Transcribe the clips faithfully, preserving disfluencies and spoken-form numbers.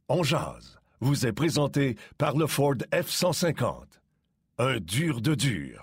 On jase vous est présenté par le Ford F cent cinquante. Un dur de dur.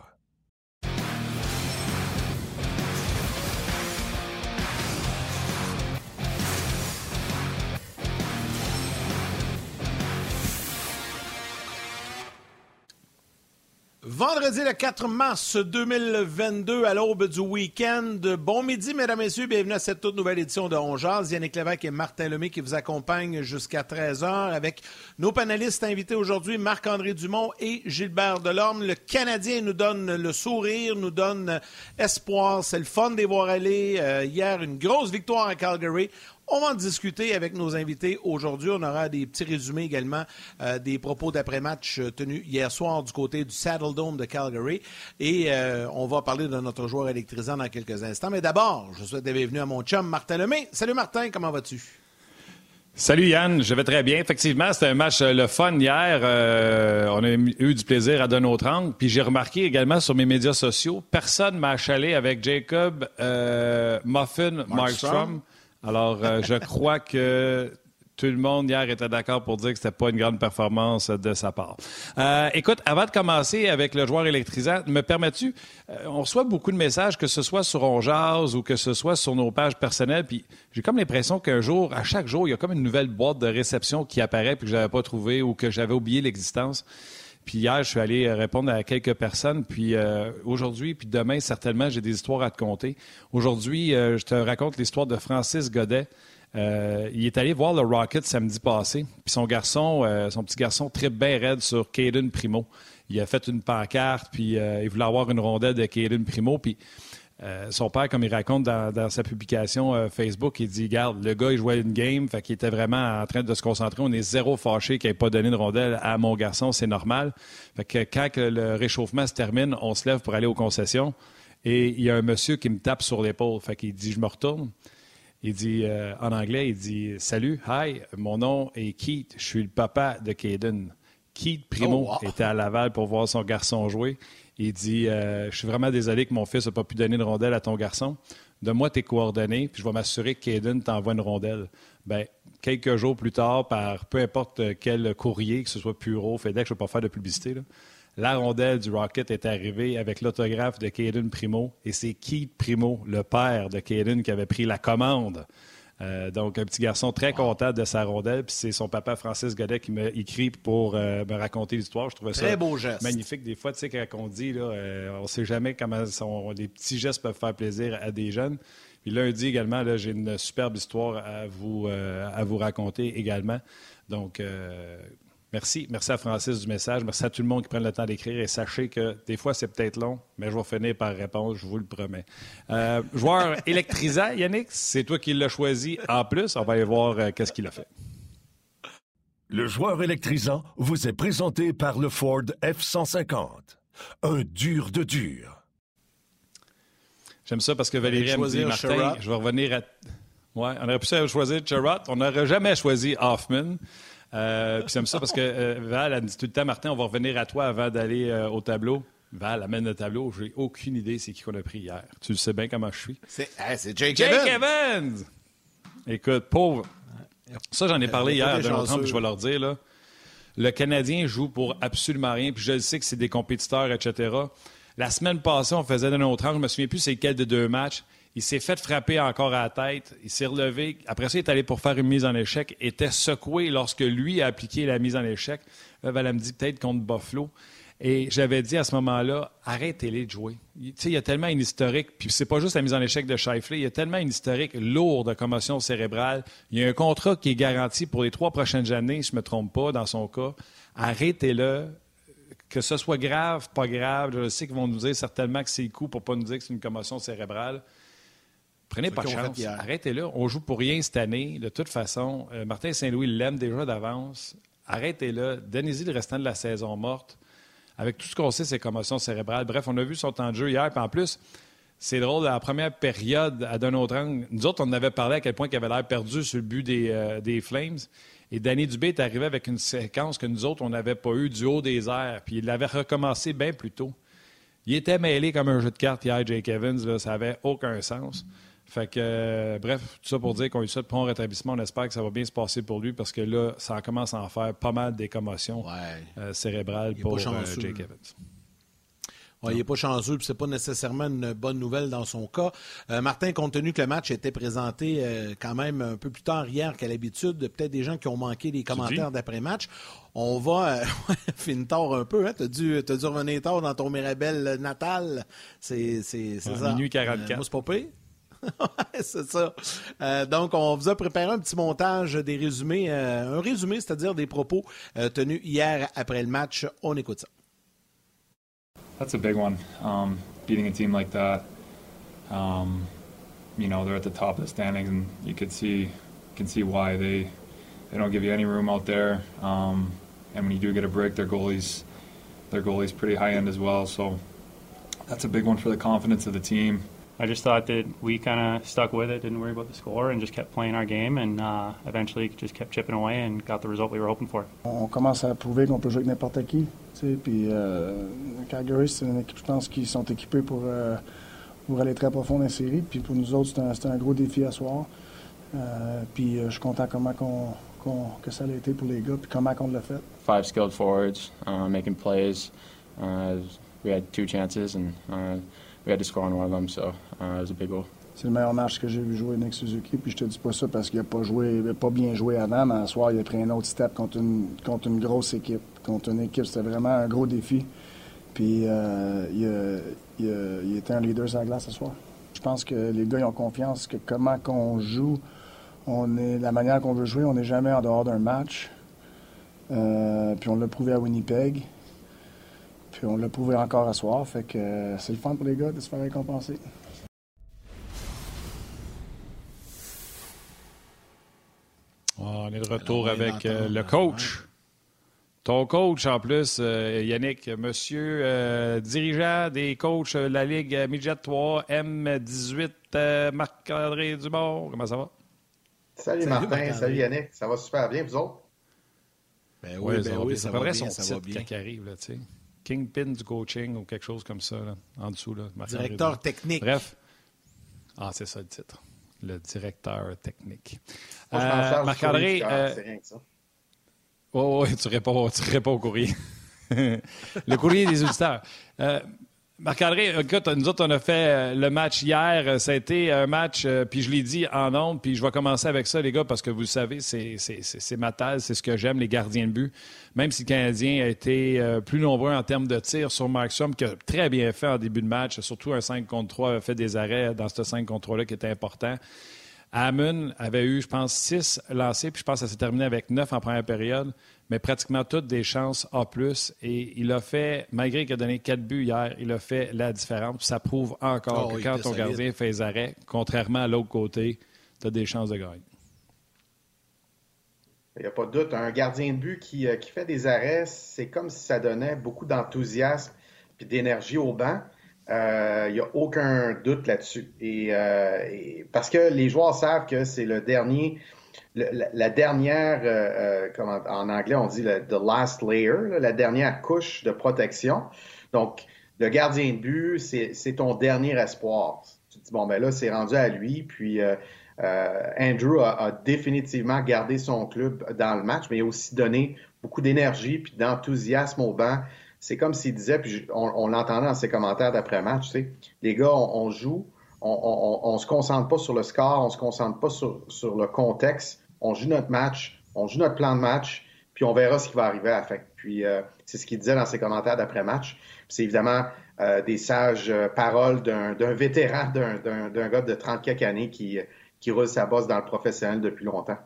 Vendredi le quatre mars deux mille vingt-deux, à l'aube du week-end. Bon midi, mesdames et messieurs. Bienvenue à cette toute nouvelle édition de On jase. Yannick Lévesque et Martin Lemay qui vous accompagnent jusqu'à treize heures avec nos panélistes invités aujourd'hui, Marc-André Dumont et Gilbert Delorme. Le Canadien nous donne le sourire, nous donne espoir. C'est le fun de les voir aller. Euh, hier, une grosse victoire à Calgary. On va en discuter avec nos invités aujourd'hui. On aura des petits résumés également euh, des propos d'après-match euh, tenus hier soir du côté du Saddle Dome de Calgary. Et euh, on va parler de notre joueur électrisant dans quelques instants. Mais d'abord, je souhaite la bienvenue à mon chum Martin Lemay. Salut Martin, comment vas-tu? Salut Yann, je vais très bien. Effectivement, c'était un match euh, le fun hier. Euh, on a eu du plaisir à donner notre angle. Puis j'ai remarqué également sur mes médias sociaux, personne m'a achalé avec Jacob euh, Muffin Markstrom. Alors, euh, je crois que tout le monde hier était d'accord pour dire que c'était pas une grande performance de sa part. Euh, écoute, avant de commencer avec le joueur électrisant, me permets-tu, euh, on reçoit beaucoup de messages, que ce soit sur On jase ou que ce soit sur nos pages personnelles, puis j'ai comme l'impression qu'un jour, à chaque jour, il y a comme une nouvelle boîte de réception qui apparaît puis que j'avais pas trouvé ou que j'avais oublié l'existence. Puis hier, je suis allé répondre à quelques personnes. Puis euh, aujourd'hui, puis demain, certainement, j'ai des histoires à te conter. Aujourd'hui, euh, je te raconte l'histoire de Francis Godet. Euh, il est allé voir le Rocket samedi passé. Puis son garçon, euh, son petit garçon, trippe bien raide sur Caden Primo. Il a fait une pancarte, puis euh, il voulait avoir une rondelle de Caden Primo. Puis euh, son père, comme il raconte dans, dans sa publication euh, Facebook, il dit, regarde, le gars, il jouait une game, fait qu'il était vraiment en train de se concentrer. On est zéro fâché qu'il n'ait pas donné de rondelle à mon garçon, c'est normal. Fait que quand que le réchauffement se termine, on se lève pour aller aux concessions. Et il y a un monsieur qui me tape sur l'épaule. Fait qu'il dit, je me retourne. Il dit, euh, en anglais, il dit, salut, hi, mon nom est Keith, je suis le papa de Caden. Keith Primo oh, wow. était à Laval pour voir son garçon jouer. Il dit, euh, je suis vraiment désolé que mon fils n'a pas pu donner une rondelle à ton garçon. Donne-moi tes coordonnées, puis je vais m'assurer que Caden t'envoie une rondelle. Bien, quelques jours plus tard, par peu importe quel courrier, que ce soit Puro, FedEx, je ne vais pas faire de publicité, là, la rondelle du Rocket est arrivée avec l'autographe de Caden Primo. Et c'est Keith Primo, le père de Caden, qui avait pris la commande. Euh, donc, un petit garçon très content de sa rondelle. Puis c'est son papa, Francis Godet, qui m'a écrit pour euh, me raconter l'histoire. Je trouvais ça très beau geste. Magnifique. Des fois, tu sais, quand on dit, là, euh, on ne sait jamais comment sont, les petits gestes peuvent faire plaisir à des jeunes. Puis lundi également, là, j'ai une superbe histoire à vous, euh, à vous raconter également. Donc, euh, merci. Merci à Francis du message. Merci à tout le monde qui prenne le temps d'écrire. Et sachez que des fois, c'est peut-être long, mais je vais finir par répondre, je vous le promets. Euh, joueur électrisant, Yannick, c'est toi qui l'as choisi en plus. On va aller voir euh, qu'est-ce qu'il a fait. Le joueur électrisant vous est présenté par le Ford F cent cinquante. Un dur de dur. J'aime ça parce que Valérie me dit, Martin, Sherrod. Je vais revenir à... Ouais, on aurait pu choisir Sherrod. On n'aurait jamais choisi Hoffman. Euh, puis j'aime ça parce que euh, Val a dit tout le temps, Martin, on va revenir à toi avant d'aller euh, au tableau. Val amène le tableau. J'ai aucune idée c'est qui qu'on a pris hier. Tu le sais bien comment je suis. C'est, hey, c'est Jake, Jake Evans. Evans! Écoute, pauvre. Ça, j'en ai parlé hier à Donald Trump, puis je vais leur dire, là, le Canadien joue pour absolument rien, puis je le sais que c'est des compétiteurs, et cetera. La semaine passée, on faisait de notre je me souviens plus c'est quel de deux matchs. Il s'est fait frapper encore à la tête. Il s'est relevé. Après ça, il est allé pour faire une mise en échec. Il était secoué lorsque lui a appliqué la mise en échec. Là, Val me dit peut-être contre Buffalo. Et j'avais dit à ce moment-là, arrêtez-les de jouer. Tu sais, il y a tellement une historique, puis c'est pas juste la mise en échec de Scheifele, il y a tellement une historique lourde de commotion cérébrale. Il y a un contrat qui est garanti pour les trois prochaines années, si je ne me trompe pas, dans son cas. Arrêtez-le. Que ce soit grave, pas grave, je sais qu'ils vont nous dire certainement que c'est le coup pour ne pas nous dire que c'est une commotion cérébrale. Prenez pas de chance. Arrêtez-le. On joue pour rien cette année. De toute façon, euh, Martin Saint-Louis l'aime déjà d'avance. Arrêtez-le. Donnez-y le restant de la saison morte. Avec tout ce qu'on sait, c'est commotion cérébrale. Bref, on a vu son temps de jeu hier. Puis en plus, c'est drôle, la première période à d'un autre angle, nous autres, on en avait parlé à quel point il avait l'air perdu sur le but des, euh, des Flames. Et Danny Dubé est arrivé avec une séquence que nous autres, on n'avait pas eu du haut des airs. Puis il l'avait recommencé bien plus tôt. Il était mêlé comme un jeu de cartes hier, Jake Evans. Là, ça n'avait aucun sens. Fait que, euh, bref, tout ça pour dire qu'on lui souhaite prompt rétablissement. On espère que ça va bien se passer pour lui parce que là, ça commence à en faire pas mal des commotions ouais. euh, cérébrales pour euh, Jake Evans. Ouais, il n'est pas chanceux, puis c'est pas nécessairement une bonne nouvelle dans son cas. Euh, Martin, compte tenu que le match était présenté euh, quand même un peu plus tard hier qu'à l'habitude, peut-être des gens qui ont manqué les commentaires d'après-match, on va... Euh, finir tard un peu, hein? Tu as dû, t'as dû revenir tard dans ton Mirabel natal. C'est, c'est, c'est ouais, ça. Minuit quarante-quatre. Euh, moi, c'est pas pire. C'est ça. Euh, donc, on vous a préparé un petit montage des résumés, euh, un résumé, c'est-à-dire des propos euh, tenus hier après le match. On écoute ça. That's a big one. Um, beating a team like that, um, you know, they're at the top of the standings, and you could see, you can see why they they don't give you any room out there. Um, and when you do get a break, their goalies, their goalies pretty high end as well. So that's a big one for the confidence of the team. I just thought that we kind of stuck with it, didn't worry about the score, and just kept playing our game, and uh, eventually just kept chipping away and got the result we were hoping for. On commence à prouver qu'on peut jouer avec n'importe qui, tu sais, puis euh, Calgary, c'est une équipe, je pense, qui sont équipés pour, euh, pour aller très profond dans les séries, puis pour nous autres, c'est un, c'est un gros défi à soir. Euh, puis euh, je suis content comment qu'on, qu'on, que ça a été pour les gars, puis comment qu'on l'a fait. Five skilled forwards, uh, making plays. Uh, we had two chances, and uh, we had to score on one of them, so uh, it was a big goal. C'est le meilleur match que j'ai vu jouer Nick Suzuki, puis je te dis pas ça parce qu'il a pas joué, il a pas bien joué avant, mais à soir, il a pris un autre step contre une, contre une grosse équipe. Contre une équipe, c'était vraiment un gros défi. Puis euh, il, a, il, a, il était un leader sur la glace ce soir. Je pense que les gars ils ont confiance que comment qu'on joue, on est la manière qu'on veut jouer, on n'est jamais en dehors d'un match. Euh, puis on l'a prouvé à Winnipeg. Puis on l'a prouvé encore à soir. Fait que euh, c'est le fun pour les gars de se faire récompenser. On est de retour avec euh, le coach. Ton coach, en plus, euh, Yannick, monsieur euh, dirigeant des coachs de la Ligue Midget trois, M dix-huit, euh, Marc-André Dumont. Comment ça va? Salut, salut Martin, Marc-André. Salut Yannick. Ça va super bien, vous autres? Ben oui, oui, ben ça oui, ça, ça va va bien. bien, son ça va titre bien. qui arrive, là, tu sais. Kingpin du coaching ou quelque chose comme ça, là, en dessous. Là, Directeur Dumont. Technique. Bref. Ah, c'est ça le titre. Le directeur technique. Moi, je euh, Marc-André, euh, c'est rien que ça. Oh, oui, tu réponds, tu réponds au courrier. Le courrier des auditeurs. Euh, Marc-André, écoute, nous autres, on a fait le match hier. Ça a été un match, puis je l'ai dit en ondes, puis je vais commencer avec ça, les gars, parce que vous le savez, c'est, c'est, c'est, c'est ma thèse, c'est ce que j'aime, les gardiens de but. Même si le Canadien a été plus nombreux en termes de tirs sur Markstrom, qui a très bien fait en début de match, surtout un cinq contre trois, a fait des arrêts dans ce cinq contre trois-là qui était important. Hammond avait eu, je pense, six lancés, puis je pense que ça s'est terminé avec neuf en première période, mais pratiquement toutes des chances A plus. Et il a fait, malgré qu'il a donné quatre buts hier, il a fait la différence. Puis ça prouve encore oh, que quand ton solide. Gardien fait les arrêts, contrairement à l'autre côté, tu as des chances de gagner. Il n'y a pas de doute. Un gardien de but qui, qui fait des arrêts, c'est comme si ça donnait beaucoup d'enthousiasme et d'énergie au banc. Il euh, n'y a aucun doute là-dessus. Et, euh, et parce que les joueurs savent que c'est le dernier, le, la, la dernière, euh, comme en, en anglais on dit le the last layer, là, la dernière couche de protection. Donc, le gardien de but, c'est, c'est ton dernier espoir. Tu te dis, bon, ben là, c'est rendu à lui. Puis, euh, euh, Andrew a, a définitivement gardé son club dans le match, mais il a aussi donné beaucoup d'énergie puis d'enthousiasme au banc. C'est comme s'il disait, puis on, on l'entendait dans ses commentaires d'après-match, tu sais, les gars, on, on joue, on ne se concentre pas sur le score, on se concentre pas sur, sur le contexte, on joue notre match, on joue notre plan de match, puis on verra ce qui va arriver à la fin. Puis euh, c'est ce qu'il disait dans ses commentaires d'après-match. Puis c'est évidemment euh, des sages euh, paroles d'un, d'un vétéran, d'un, d'un, d'un gars de trente quelques années qui, qui roule sa bosse dans le professionnel depuis longtemps.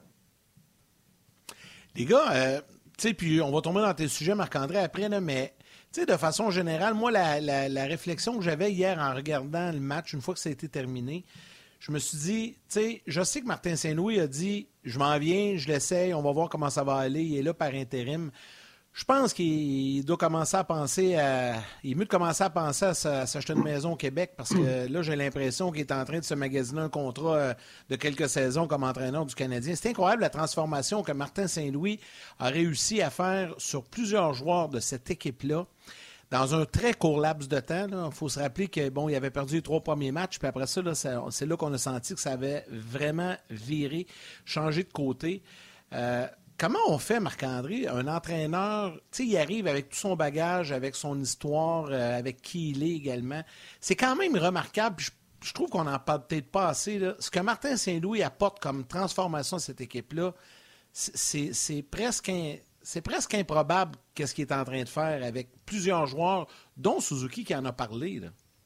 Les gars, euh, tu sais, puis on va tomber dans tes sujets, Marc-André, après, là, mais... Tu sais, de façon générale, moi, la, la, la réflexion que j'avais hier en regardant le match, une fois que ça a été terminé, je me suis dit, tu sais, je sais que Martin Saint-Louis a dit, je m'en viens, je l'essaye, on va voir comment ça va aller, il est là par intérim. Je pense qu'il doit commencer à penser à... Il est mieux de commencer à penser à s'acheter une maison au Québec parce que là, j'ai l'impression qu'il est en train de se magasiner un contrat de quelques saisons comme entraîneur du Canadien. C'est incroyable la transformation que Martin Saint-Louis a réussi à faire sur plusieurs joueurs de cette équipe-là. dans un très court laps de temps. Il faut se rappeler qu'il bon, avait perdu les trois premiers matchs, puis après ça, là, ça c'est là qu'on a senti que ça avait vraiment viré, changé de côté. Euh, comment on fait, Marc-André, un entraîneur, tu sais, il arrive avec tout son bagage, avec son histoire, euh, avec qui il est également. C'est quand même remarquable, puis je, je trouve qu'on n'en parle peut-être pas assez. Là. Ce que Martin Saint-Louis apporte comme transformation à cette équipe-là, c'est, c'est presque un... C'est presque improbable qu'est-ce qu'il est en train de faire avec plusieurs joueurs, dont Suzuki qui en a parlé. Là.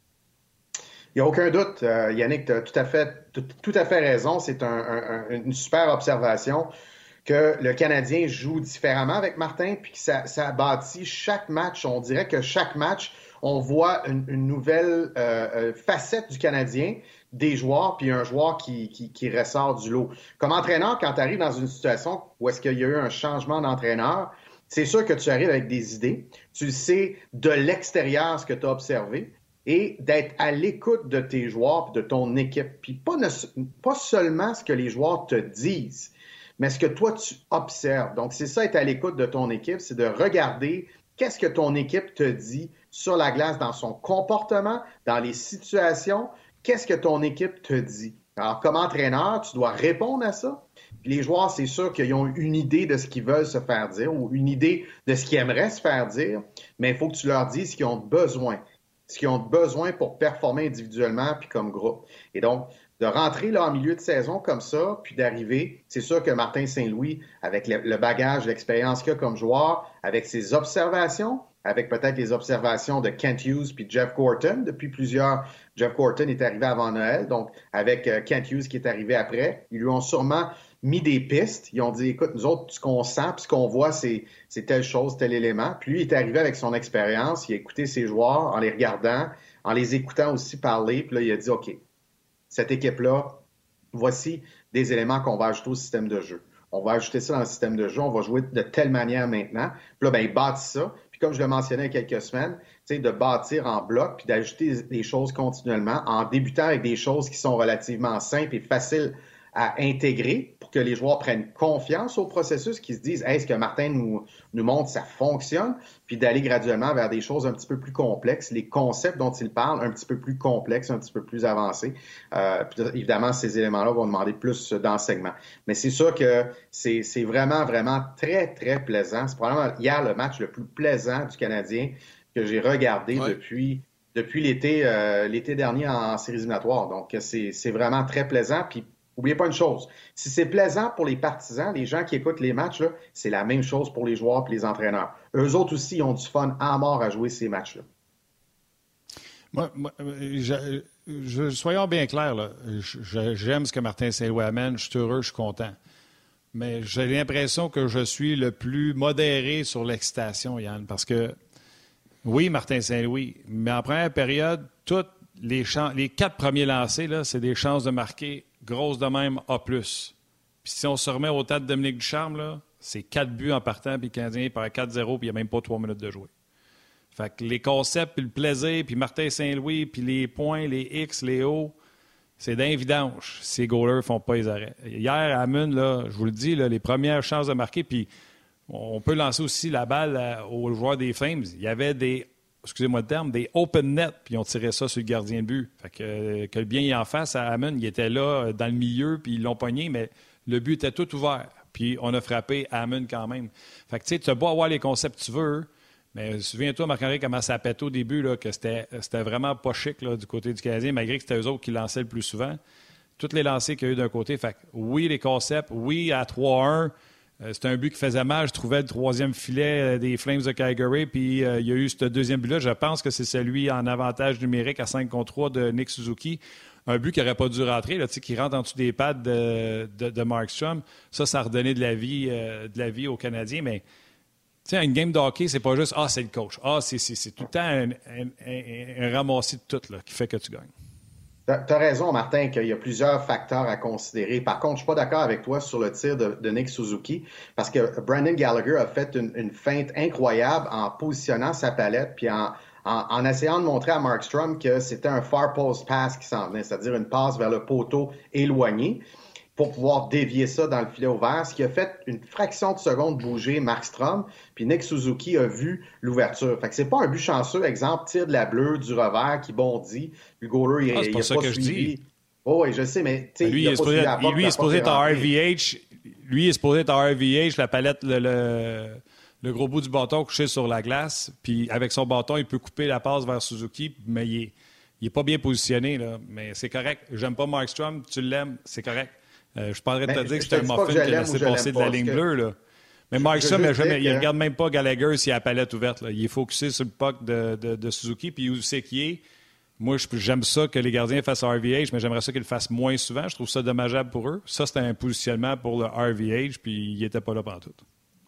Il n'y a aucun doute. Euh, Yannick, tu as tout à fait, tout, tout à fait raison. C'est un, un, une super observation que le Canadien joue différemment avec Martin, puis que ça, ça bâtit chaque match. On dirait que chaque match, on voit une, une nouvelle euh, facette du Canadien, des joueurs, puis un joueur qui, qui, qui ressort du lot. Comme entraîneur, quand tu arrives dans une situation où est-ce qu'il y a eu un changement d'entraîneur, c'est sûr que tu arrives avec des idées. Tu sais de l'extérieur ce que tu as observé et d'être à l'écoute de tes joueurs et de ton équipe. Puis pas, ne, pas seulement ce que les joueurs te disent, mais ce que toi, tu observes. Donc, c'est ça, être à l'écoute de ton équipe, c'est de regarder qu'est-ce que ton équipe te dit sur la glace, dans son comportement, dans les situations. Qu'est-ce que ton équipe te dit? Alors, comme entraîneur, tu dois répondre à ça. Puis les joueurs, c'est sûr qu'ils ont une idée de ce qu'ils veulent se faire dire ou une idée de ce qu'ils aimeraient se faire dire, mais il faut que tu leur dises ce qu'ils ont besoin, ce qu'ils ont besoin pour performer individuellement puis comme groupe. Et donc, de rentrer là en milieu de saison comme ça, puis d'arriver, c'est sûr que Martin Saint-Louis, avec le, le bagage, l'expérience qu'il a comme joueur, avec ses observations, avec peut-être les observations de Kent Hughes puis Jeff Gorton. Depuis plusieurs... Jeff Gorton est arrivé avant Noël, donc avec euh, Kent Hughes qui est arrivé après. Ils lui ont sûrement mis des pistes. Ils ont dit, écoute, nous autres, ce qu'on sent puis ce qu'on voit, c'est, c'est telle chose, tel élément. Puis lui, il est arrivé avec son expérience. Il a écouté ses joueurs en les regardant, en les écoutant aussi parler. Puis là, il a dit, OK, cette équipe-là, voici des éléments qu'on va ajouter au système de jeu. On va ajouter ça dans le système de jeu. On va jouer de telle manière maintenant. Puis là, ben, il bâtit ça. Puis comme je le mentionnais il y a quelques semaines, tu sais, de bâtir en bloc puis d'ajouter des choses continuellement en débutant avec des choses qui sont relativement simples et faciles à intégrer pour que les joueurs prennent confiance au processus, qu'ils se disent hey, « Est-ce que Martin nous, nous montre ça fonctionne? » Puis d'aller graduellement vers des choses un petit peu plus complexes, les concepts dont il parle un petit peu plus complexes, un petit peu plus avancés. Euh, puis évidemment, ces éléments-là vont demander plus d'enseignement. Mais c'est sûr que c'est, c'est vraiment, vraiment très, très plaisant. C'est probablement hier le match le plus plaisant du Canadien que j'ai regardé ouais. depuis, depuis l'été, euh, l'été dernier en, en séries éliminatoires. Donc, c'est, c'est vraiment très plaisant. Puis, n'oubliez pas une chose, si c'est plaisant pour les partisans, les gens qui écoutent les matchs, là, c'est la même chose pour les joueurs et les entraîneurs. Eux autres aussi, ils ont du fun à mort à jouer ces matchs-là. Moi, moi je, je, soyons bien clairs, là. Je, j'aime ce que Martin Saint-Louis amène, je suis heureux, je suis content. Mais j'ai l'impression que je suis le plus modéré sur l'excitation, Yann, parce que oui, Martin Saint-Louis, mais en première période, toutes les, chan- les quatre premiers lancés, là, c'est des chances de marquer grosses de même A plus. Puis si on se remet au temps de Dominique Ducharme, là, c'est quatre buts en partant, puis le Canadien part quatre zéro, puis il n'y a même pas trois minutes de jouer. Fait que les concepts, puis le plaisir, puis Martin Saint-Louis, puis les points, les X, les O, c'est d'un vidange. Ces goalers ne font pas les arrêts. Hier, à Amund, là, je vous le dis, là, les premières chances de marquer, puis on peut lancer aussi la balle à, aux joueurs des Flames. Il y avait des, excusez-moi le terme, des open net, puis ils ont tiré ça sur le gardien de but. Fait que, que le bien y en face à Amund, il était là dans le milieu, puis ils l'ont pogné, mais le but était tout ouvert. Puis on a frappé Amund quand même. Fait que tu sais, tu as beau avoir les concepts que tu veux, mais souviens-toi, Marc-André, comment ça pétait au début, là, que c'était, c'était vraiment pas chic là, du côté du Canadien, malgré que c'était eux autres qui lançaient le plus souvent. Toutes les lancers qu'il y a eu d'un côté. Fait que oui, les concepts, oui, à trois un, Euh, c'est un but qui faisait mal. Je trouvais le troisième filet euh, des Flames de Calgary. Puis euh, il y a eu ce deuxième but-là. Je pense que c'est celui en avantage numérique à cinq contre trois de Nick Suzuki. Un but qui n'aurait pas dû rentrer, là, qui rentre en dessous des pads de, de, de Markstrom. Ça, ça a redonné de la vie, euh, de la vie aux Canadiens. Mais une game de hockey, c'est pas juste « Ah, c'est le coach ». Ah, c'est, c'est, c'est tout le temps un, un, un, un ramassis de tout là, qui fait que tu gagnes. Tu as raison, Martin, qu'il y a plusieurs facteurs à considérer. Par contre, je suis pas d'accord avec toi sur le tir de, de Nick Suzuki parce que Brendan Gallagher a fait une, une feinte incroyable en positionnant sa palette puis en, en, en essayant de montrer à Markstrom que c'était un far post pass qui s'en venait, c'est-à-dire une passe vers le poteau éloigné. pour pouvoir dévier ça dans le filet ouvert, ce qui a fait une fraction de seconde bouger Markstrom, puis Nick Suzuki a vu l'ouverture. Fait que c'est pas un but chanceux, exemple, tir de la bleue, du revers qui bondit, le goaler, il, ah, c'est il pas a ça pas que suivi. Je dis. Oh, oui, je sais, mais tu sais, lui, il, il est supposé être, lui, il est supposé être en R V H. Lui, il est supposé être en R V H, la palette, le, le, le gros bout du bâton couché sur la glace, puis avec son bâton, il peut couper la passe vers Suzuki, mais il est, il est pas bien positionné, là. Mais c'est correct. J'aime pas Markstrom, tu l'aimes, c'est correct. Euh, je suis pas en train de te dire que c'est un muffin qui a laissé passer de la ligne bleue, là. Mais Markstrom, il, jamais, il regarde même pas Gallagher s'il a la palette ouverte, là. Il est focusé sur le puck de, de, de Suzuki, puis où c'est qu'il est. Moi, j'aime ça que les gardiens fassent R V H, mais j'aimerais ça qu'ils le fassent moins souvent. Je trouve ça dommageable pour eux. Ça, c'était un positionnement pour le R V H, puis il n'était pas là pendant tout.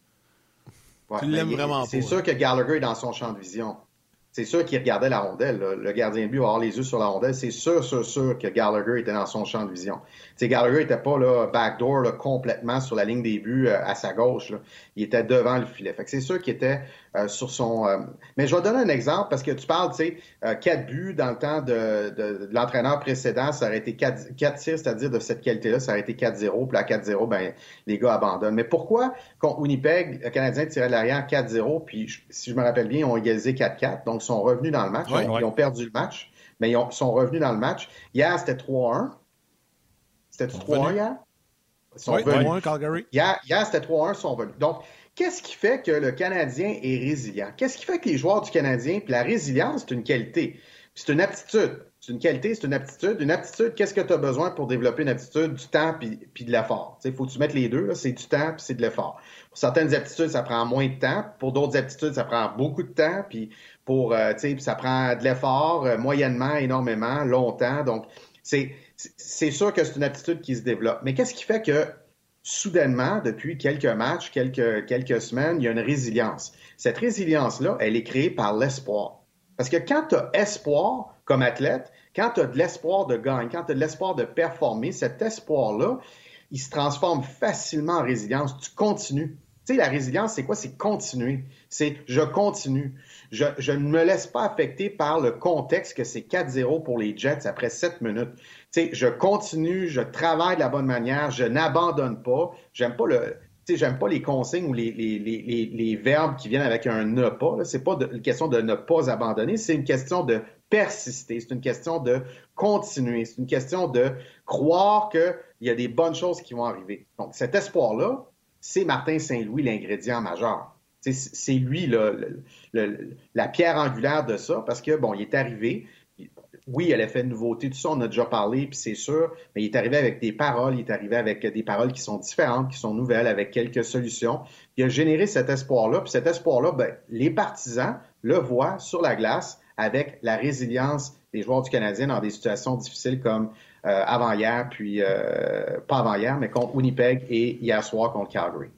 Ouais, tu l'aimes vraiment pas. C'est sûr que Gallagher est dans son champ de vision. C'est sûr qu'il regardait la rondelle. Là. Le gardien de but va avoir les yeux sur la rondelle. C'est sûr, sûr, sûr que Gallagher était dans son champ de vision. T'sais, Gallagher n'était pas là, backdoor là, complètement sur la ligne des buts euh, à sa gauche. Là. Il était devant le filet. Fait que c'est sûr qu'il était euh, sur son... Euh... Mais je vais donner un exemple parce que tu parles, tu sais, euh, quatre buts dans le temps de, de, de l'entraîneur précédent, ça aurait été quatre, quatre tirs, c'est-à-dire de cette qualité-là, ça aurait été quatre zéro. Puis à quatre zéro, ben les gars abandonnent. Mais pourquoi, contre Winnipeg, le Canadien tirait de l'arrière quatre zéro, puis si je me rappelle bien, ils ont égalisé quatre quatre, donc ils sont revenus dans le match. Ouais, ils, ouais. ils ont perdu le match, mais ils ont, sont revenus dans le match. Hier, c'était trois un. C'était-tu trois un hier? Ils sont oui, venus. trois un, Calgary. Hier, hier c'était trois un, ils sont venus. Donc, qu'est-ce qui fait que le Canadien est résilient? Qu'est-ce qui fait que les joueurs du Canadien, puis la résilience, c'est une qualité, puis c'est une aptitude. C'est une qualité, c'est une aptitude. Une aptitude, qu'est-ce que tu as besoin pour développer une aptitude? Du temps puis, puis de l'effort. Il faut que tu mettes les deux. Là. C'est du temps puis c'est de l'effort. Pour certaines aptitudes, ça prend moins de temps. Pour d'autres aptitudes, ça prend beaucoup de temps. Puis pour, euh, puis ça prend de l'effort, euh, moyennement, énormément, longtemps. Donc, c'est, c'est sûr que c'est une aptitude qui se développe. Mais qu'est-ce qui fait que soudainement, depuis quelques matchs, quelques, quelques semaines, il y a une résilience? Cette résilience-là, elle est créée par l'espoir. Parce que quand tu as espoir comme athlète, quand tu as de l'espoir de gagner, quand tu as de l'espoir de performer, cet espoir-là, il se transforme facilement en résilience. Tu continues. Tu sais, la résilience, c'est quoi? C'est continuer. C'est je continue. Je, je ne me laisse pas affecter par le contexte que c'est quatre zéro pour les Jets après sept minutes. Tu sais, je continue, je travaille de la bonne manière, je n'abandonne pas. J'aime pas le... Tu sais, j'aime pas les consignes ou les, les, les, les, les verbes qui viennent avec un ne pas. Là. C'est pas de, une question de ne pas abandonner, c'est une question de persister, c'est une question de continuer, c'est une question de croire qu'il y a des bonnes choses qui vont arriver. Donc, cet espoir-là, c'est Martin Saint-Louis, l'ingrédient majeur. C'est, c'est lui là, le, le, la pierre angulaire de ça, parce que, bon, il est arrivé... Oui, elle a fait une nouveauté, tout ça, on a déjà parlé, puis c'est sûr, mais il est arrivé avec des paroles, il est arrivé avec des paroles qui sont différentes, qui sont nouvelles, avec quelques solutions. Il a généré cet espoir-là, puis cet espoir-là, ben, les partisans le voient sur la glace avec la résilience des joueurs du Canadien dans des situations difficiles comme euh, avant-hier, puis euh, pas avant-hier, mais contre Winnipeg et hier soir contre Calgary.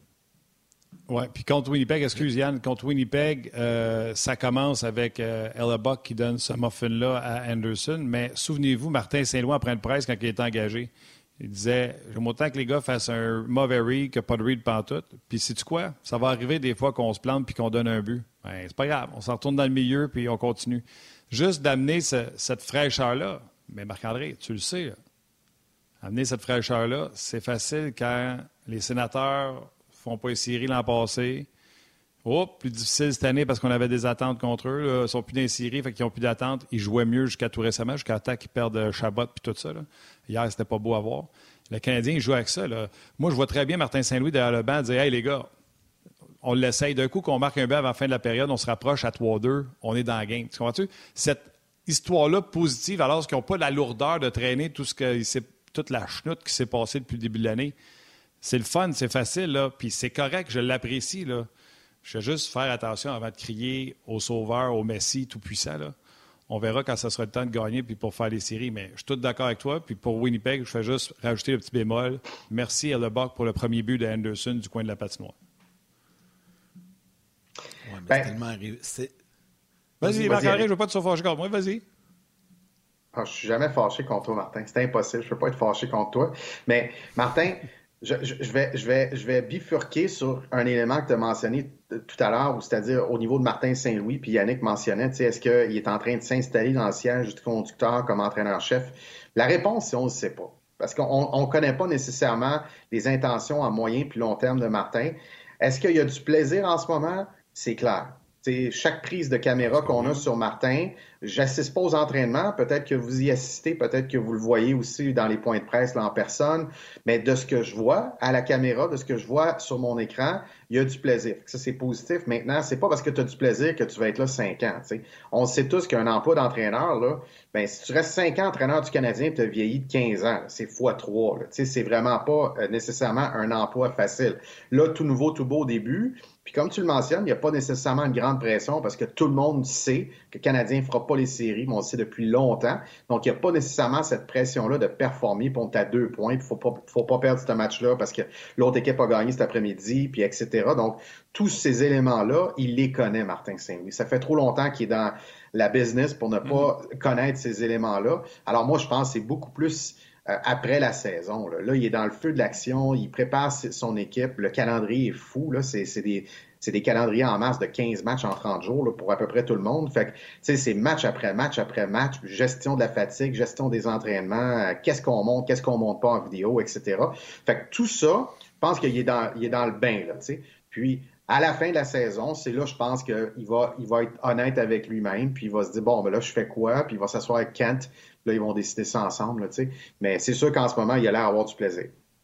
Oui, puis contre Winnipeg, excuse Yann, contre Winnipeg, euh, ça commence avec euh, Hellebuck qui donne ce muffin-là à Anderson, mais souvenez-vous, Martin Saint-Louis, après une presse, quand il était engagé, il disait « J'aime autant que les gars fassent un mauvais read que pas de read pantoute. » Puis sais-tu quoi? Ça va arriver des fois qu'on se plante puis qu'on donne un but. Ben, c'est pas grave, on s'en retourne dans le milieu puis on continue. Juste d'amener ce, cette fraîcheur-là, mais Marc-André, tu le sais, là, amener cette fraîcheur-là, c'est facile quand les sénateurs font pas les séries l'an passé. Oh, plus difficile cette année parce qu'on avait des attentes contre eux. Là. Ils sont plus dans les séries, fait qu'ils n'ont plus d'attentes. Ils jouaient mieux jusqu'à tout récemment, jusqu'à temps qu'ils perdent Chabot puis tout ça. Là. Hier, c'était pas beau à voir. Le Canadien, il joue avec ça. Là. Moi, je vois très bien Martin Saint-Louis derrière le banc dire « Hey, les gars, on l'essaye. D'un coup, qu'on marque un but avant la fin de la période, on se rapproche à trois deux, on est dans la game. » Tu comprends-tu? Cette histoire-là positive, alors qu'ils n'ont pas la lourdeur de traîner tout ce que, toute la chenoute qui s'est passée depuis le début de l'année. C'est le fun, c'est facile, là. Puis c'est correct, je l'apprécie, là. Je vais juste faire attention avant de crier au Sauveur, au Messie tout-puissant, là. On verra quand ça sera le temps de gagner puis pour faire les séries. Mais je suis tout d'accord avec toi. Puis pour Winnipeg, je fais juste rajouter le petit bémol. Merci à Hellebuck pour le premier but de Anderson du coin de la patinoire. Oui, mais ben, c'est tellement arrivé. C'est... Vas-y, vas-y Marc-André, je ne veux pas te fâcher contre moi. Vas-y. Ah, je suis jamais fâché contre toi, Martin. C'est impossible. Je ne peux pas être fâché contre toi. Mais Martin... Je, je, je, vais, je, vais, je vais bifurquer sur un élément que tu as mentionné tout à l'heure, c'est-à-dire au niveau de Martin Saint-Louis, puis Yannick mentionnait, est-ce qu'il est en train de s'installer dans le siège du conducteur comme entraîneur-chef? La réponse, c'est on ne le sait pas. parce qu'on ne connaît pas nécessairement les intentions à moyen puis long terme de Martin. Est-ce qu'il y a du plaisir en ce moment? C'est clair. T'sais, chaque prise de caméra qu'on a sur Martin, j'assiste pas aux entraînements, peut-être que vous y assistez, peut-être que vous le voyez aussi dans les points de presse là, en personne, mais de ce que je vois à la caméra, de ce que je vois sur mon écran, il y a du plaisir. Ça, c'est positif. Maintenant, c'est pas parce que tu as du plaisir que tu vas être là cinq ans. T'sais. On sait tous qu'un emploi d'entraîneur, là, ben, si tu restes cinq ans entraîneur du Canadien et tu as vieilli de quinze ans, là, c'est fois trois. Là. C'est vraiment pas euh, nécessairement un emploi facile. Là, tout nouveau, tout beau au début. Puis comme tu le mentionnes, il n'y a pas nécessairement une grande pression parce que tout le monde sait que le Canadien ne fera pas les séries, mais on le sait depuis longtemps. Donc, il n'y a pas nécessairement cette pression-là de performer, puis on est à deux points, puis il ne faut pas, faut pas perdre ce match-là parce que l'autre équipe a gagné cet après-midi, puis et cetera. Donc, tous ces éléments-là, il les connaît, Martin Saint-Louis. Ça fait trop longtemps qu'il est dans la business pour ne pas mm-hmm. connaître ces éléments-là. Alors moi, je pense que c'est beaucoup plus... après la saison. Là. là, il est dans le feu de l'action, il prépare son équipe, le calendrier est fou, là. C'est, c'est, des, c'est des calendriers en masse de quinze matchs en trente jours là, pour à peu près tout le monde. Fait que, tu sais, c'est match après match après match, gestion de la fatigue, gestion des entraînements, euh, qu'est-ce qu'on monte, qu'est-ce qu'on monte pas en vidéo, et cetera. Fait que tout ça, je pense qu'il est dans, il est dans le bain, là, tu sais. Puis, à la fin de la saison, c'est là, je pense qu'il va, il va être honnête avec lui-même, puis il va se dire, bon, ben là, je fais quoi? Puis il va s'asseoir avec Kent, là, ils vont décider ça ensemble, là, tu sais. Mais c'est sûr qu'en ce moment, il a l'air d'avoir du plaisir.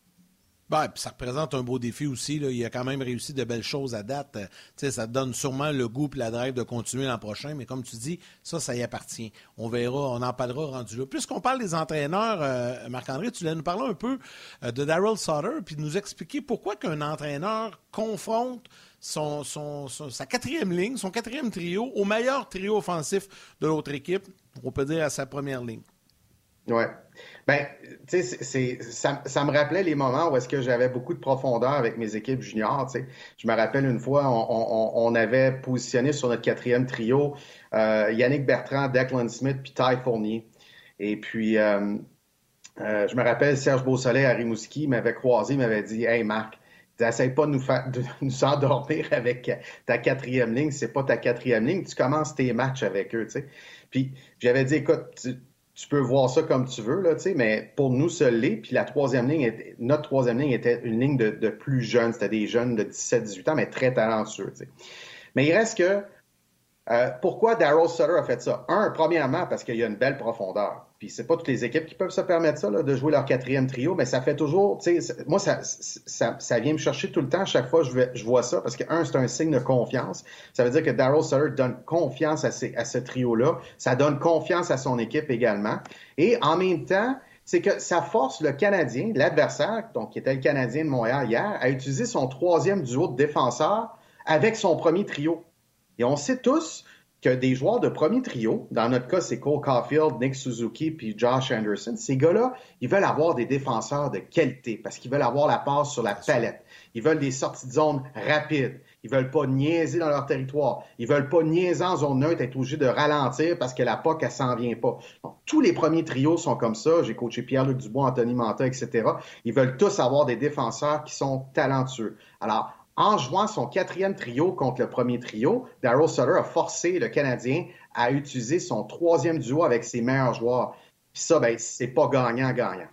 Ben, puis ça représente un beau défi aussi. Là. Il a quand même réussi de belles choses à date. Euh, ça te donne sûrement le goût et la drive de continuer l'an prochain. Mais comme tu dis, ça, ça y appartient. On verra, on en parlera rendu là. Puisqu'on parle des entraîneurs, euh, Marc-André, tu voulais nous parler un peu euh, de Daryl Sutter puis nous expliquer pourquoi qu'un entraîneur confronte son, son, son, sa quatrième ligne, son quatrième trio, au meilleur trio offensif de l'autre équipe, on peut dire à sa première ligne. Ouais. Ben, tu sais, c'est, ça, ça me rappelait les moments où est-ce que j'avais beaucoup de profondeur avec mes équipes juniors, tu sais. Je me rappelle une fois, on, on, on avait positionné sur notre quatrième trio euh, Yannick Bertrand, Declan Smith puis Ty Fournier. Et puis, euh, euh, je me rappelle Serge Beausoleil à Rimouski m'avait croisé, m'avait dit « Hey Marc, essaye pas de nous, faire, de nous endormir avec ta quatrième ligne, c'est pas ta quatrième ligne, tu commences tes matchs avec eux, tu sais. » Puis j'avais dit « Écoute, tu, tu peux voir ça comme tu veux, là, tu sais, mais pour nous, ça l'est. Puis la troisième ligne, était, notre troisième ligne était une ligne de, de plus jeunes. C'était des jeunes de dix-sept dix-huit ans, mais très talentueux, tu sais. Mais il reste que, euh, pourquoi Daryl Sutter a fait ça? Un, premièrement, parce qu'il y a une belle profondeur. Puis c'est pas toutes les équipes qui peuvent se permettre ça, là, de jouer leur quatrième trio, mais ça fait toujours, tu sais, moi, ça, ça, ça vient me chercher tout le temps. À chaque fois, je, vais, je vois ça, parce que, un, c'est un signe de confiance. Ça veut dire que Daryl Sutter donne confiance à, ces, à ce trio-là. Ça donne confiance à son équipe également. Et en même temps, c'est que ça force le Canadien, l'adversaire, donc qui était le Canadien de Montréal hier, à utiliser son troisième duo de défenseurs avec son premier trio. Et on sait tous que des joueurs de premier trio, dans notre cas, c'est Cole Caulfield, Nick Suzuki puis Josh Anderson, ces gars-là, ils veulent avoir des défenseurs de qualité parce qu'ils veulent avoir la passe sur la palette. Ils veulent des sorties de zone rapides. Ils veulent pas niaiser dans leur territoire. Ils veulent pas niaiser en zone neutre, être obligés de ralentir parce que la P O C, elle s'en vient pas. Donc, tous les premiers trios sont comme ça. J'ai coaché Pierre-Luc Dubois, Anthony Manta, et cetera. Ils veulent tous avoir des défenseurs qui sont talentueux. Alors, en jouant son quatrième trio contre le premier trio, Daryl Sutter a forcé le Canadien à utiliser son troisième duo avec ses meilleurs joueurs. Puis ça, ben, c'est pas gagnant-gagnant.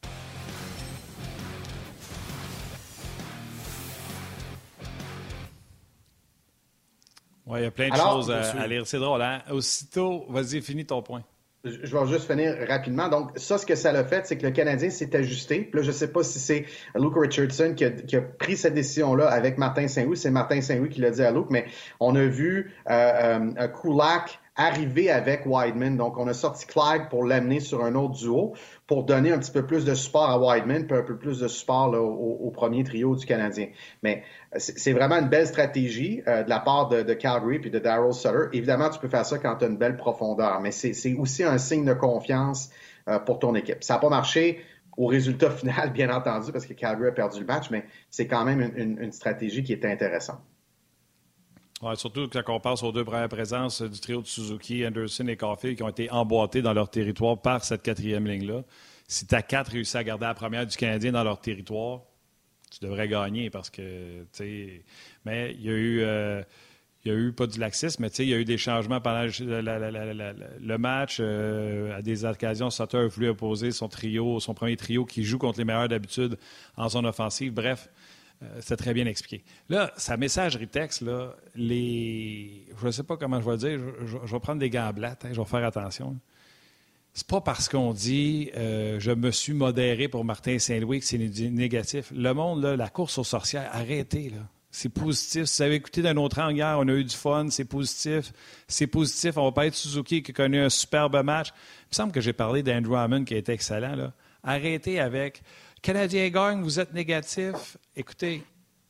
Oui, il y a plein de Alors, choses à, à lire. C'est drôle, hein? Aussitôt, vas-y, finis ton point. Je vais juste finir rapidement. Donc, ça, ce que ça l'a fait, c'est que le Canadien s'est ajusté. Puis là, je ne sais pas si c'est Luke Richardson qui a, qui a pris cette décision-là avec Martin Saint-Louis. C'est Martin Saint-Louis qui l'a dit à Luke, mais on a vu euh, euh, Kulak arriver avec Wideman. Donc, on a sorti Clyde pour l'amener sur un autre duo pour donner un petit peu plus de support à Wideman puis un peu plus de support là, au, au premier trio du Canadien. Mais c'est, c'est vraiment une belle stratégie euh, de la part de, de Calgary puis de Daryl Sutter. Évidemment, tu peux faire ça quand tu as une belle profondeur, mais c'est, c'est aussi un signe de confiance euh, pour ton équipe. Ça n'a pas marché au résultat final, bien entendu, parce que Calgary a perdu le match, mais c'est quand même une, une, une stratégie qui est intéressante. Ouais, surtout quand on passe aux deux premières présences du trio de Suzuki, Anderson et Caulfield qui ont été emboîtés dans leur territoire par cette quatrième ligne-là. Si tu as quatre réussi à garder la première du Canadien dans leur territoire, tu devrais gagner parce que, tu sais... Mais il y a eu... Euh, il y a eu pas du laxisme, mais il y a eu des changements pendant la, la, la, la, la, le match. Euh, à des occasions, Sutter a voulu opposer son trio, son premier trio qui joue contre les meilleurs d'habitude en zone offensive. Bref, euh, c'est très bien expliqué. Là, sa messagerie texte, là, les... je ne sais pas comment je vais dire, je, je, je vais prendre des gamblattes, hein, je vais faire attention. C'est pas parce qu'on dit euh, je me suis modéré pour Martin Saint-Louis que c'est négatif. Le monde, là, la course aux sorcières, arrêtez, là. C'est positif. Si vous avez écouté d'un autre angle hier, on a eu du fun, c'est positif. C'est positif. On va parler de Suzuki qui a connu un superbe match. Il me semble que j'ai parlé d'Andrew Hammond qui a été excellent. Là. Arrêtez avec « Canadien gagne, vous êtes négatif. » Écoutez,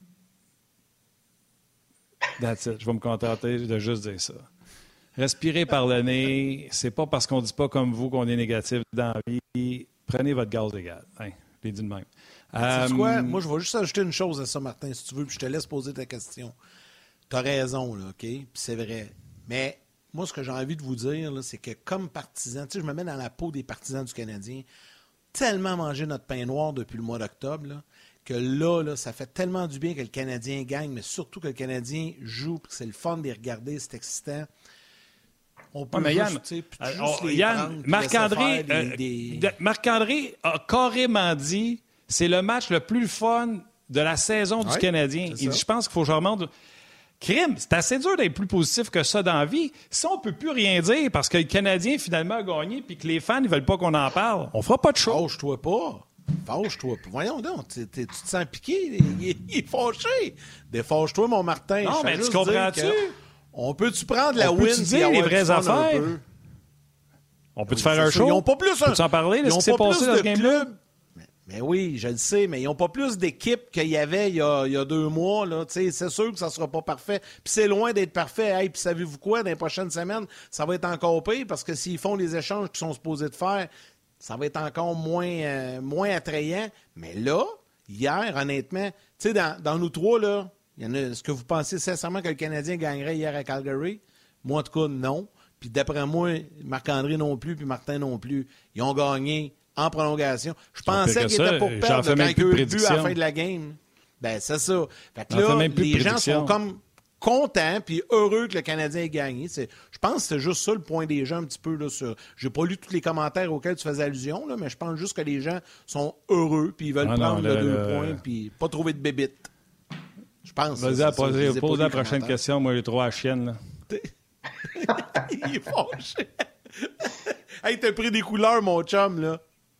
that's it. Je vais me contenter de juste dire ça. Respirez par le nez. C'est pas parce qu'on ne dit pas comme vous qu'on est négatif dans la vie. Prenez votre gaz égal. Hein, je l'ai dit de même. Euh, um, quoi? Moi, je vais juste ajouter une chose à ça, Martin, si tu veux, puis je te laisse poser ta question. Tu as raison, là, OK? Puis c'est vrai. Mais moi, ce que j'ai envie de vous dire, là, c'est que comme partisan, tu sais, je me mets dans la peau des partisans du Canadien, tellement mangé notre pain noir depuis le mois d'octobre, là, que là, là, ça fait tellement du bien que le Canadien gagne, mais surtout que le Canadien joue, puis que c'est le fun de les regarder, c'est excitant. On peut ouais, juste, Yann, tu sais, puis euh, juste on, les Yann, prendre, Marc-André, des, euh, des... de, Marc-André a carrément dit c'est le match le plus fun de la saison du ouais, Canadien. Il dit, je pense qu'il faut que je remonte. Crime, c'est assez dur d'être plus positif que ça dans la vie. Si on ne peut plus rien dire parce que le Canadien finalement a gagné et que les fans ne veulent pas qu'on en parle, on fera pas de show. Fâche-toi pas. Fâche-toi pas. Voyons donc, tu te sens piqué. Il est, il est fâché. Défâche-toi, mon Martin. Non, mais tu comprends-tu? On peut-tu prendre la on win peut-tu dire les vraies affaires? On peut-tu oui, faire un show? Ils n'ont pas plus. Peux-tu en parler de ce qui s'est passé dans ce game-là? Mais oui, je le sais, mais ils n'ont pas plus d'équipe qu'il y avait il y a, il y a deux mois. Là. C'est sûr que ça ne sera pas parfait. Puis c'est loin d'être parfait. Hey, puis savez-vous quoi? Dans les prochaines semaines, ça va être encore pire parce que s'ils font les échanges qu'ils sont supposés de faire, ça va être encore moins, euh, moins attrayant. Mais là, hier, honnêtement, tu sais, dans, dans nous trois, là, il y en a, est-ce que vous pensez sincèrement que le Canadien gagnerait hier à Calgary? Moi, en tout cas, non. Puis d'après moi, Marc-André non plus, puis Martin non plus. Ils ont gagné en prolongation. Je pensais qu'ils étaient pour perdre quand ils ont eu le but à la fin de la game. Ben, c'est ça. Fait que là, les gens sont comme contents puis heureux que le Canadien ait gagné. C'est, je pense que c'est juste ça le point des gens un petit peu. Là, sur, j'ai pas lu tous les commentaires auxquels tu faisais allusion, là, mais je pense juste que les gens sont heureux puis ils veulent ah prendre non, le, le deux le... points puis pas trouver de bébite. Je pense. Vas-y, ça, poser, ça, pose la prochaine question. Moi, les trois à chienne. Là. Il est fâché. Hey, t'as pris des couleurs, mon chum, là.